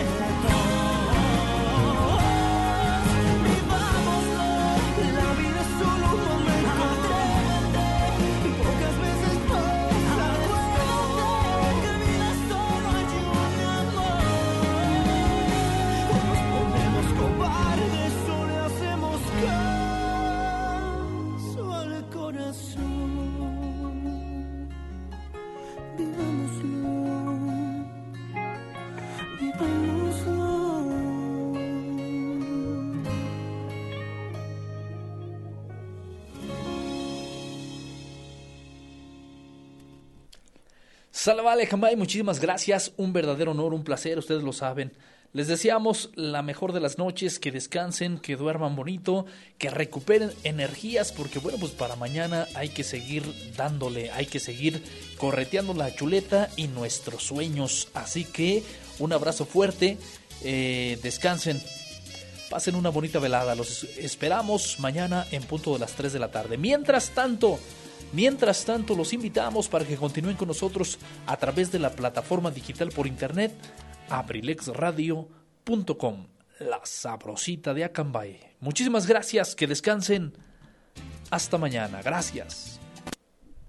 dos. Vivámoslo, la vida es solo un momento. Atrévete, pocas veces pasa esto. Que vida solo hay un amor. O nos ponemos cobardes o le hacemos caso al corazón. Vivámoslo, vivámoslo. Sale, vale, Cambay, muchísimas gracias, un verdadero honor, un placer, ustedes lo saben. Les deseamos la mejor de las noches, que descansen, que duerman bonito, que recuperen energías, porque bueno, pues para mañana hay que seguir dándole, hay que seguir correteando la chuleta y nuestros sueños. Así que un abrazo fuerte, eh, descansen, pasen una bonita velada, los esperamos mañana en punto de las tres de la tarde. Mientras tanto... Mientras tanto, los invitamos para que continúen con nosotros a través de la plataforma digital por internet abrilex radio punto com, la sabrosita de Acambay. Muchísimas gracias, que descansen. Hasta mañana. Gracias.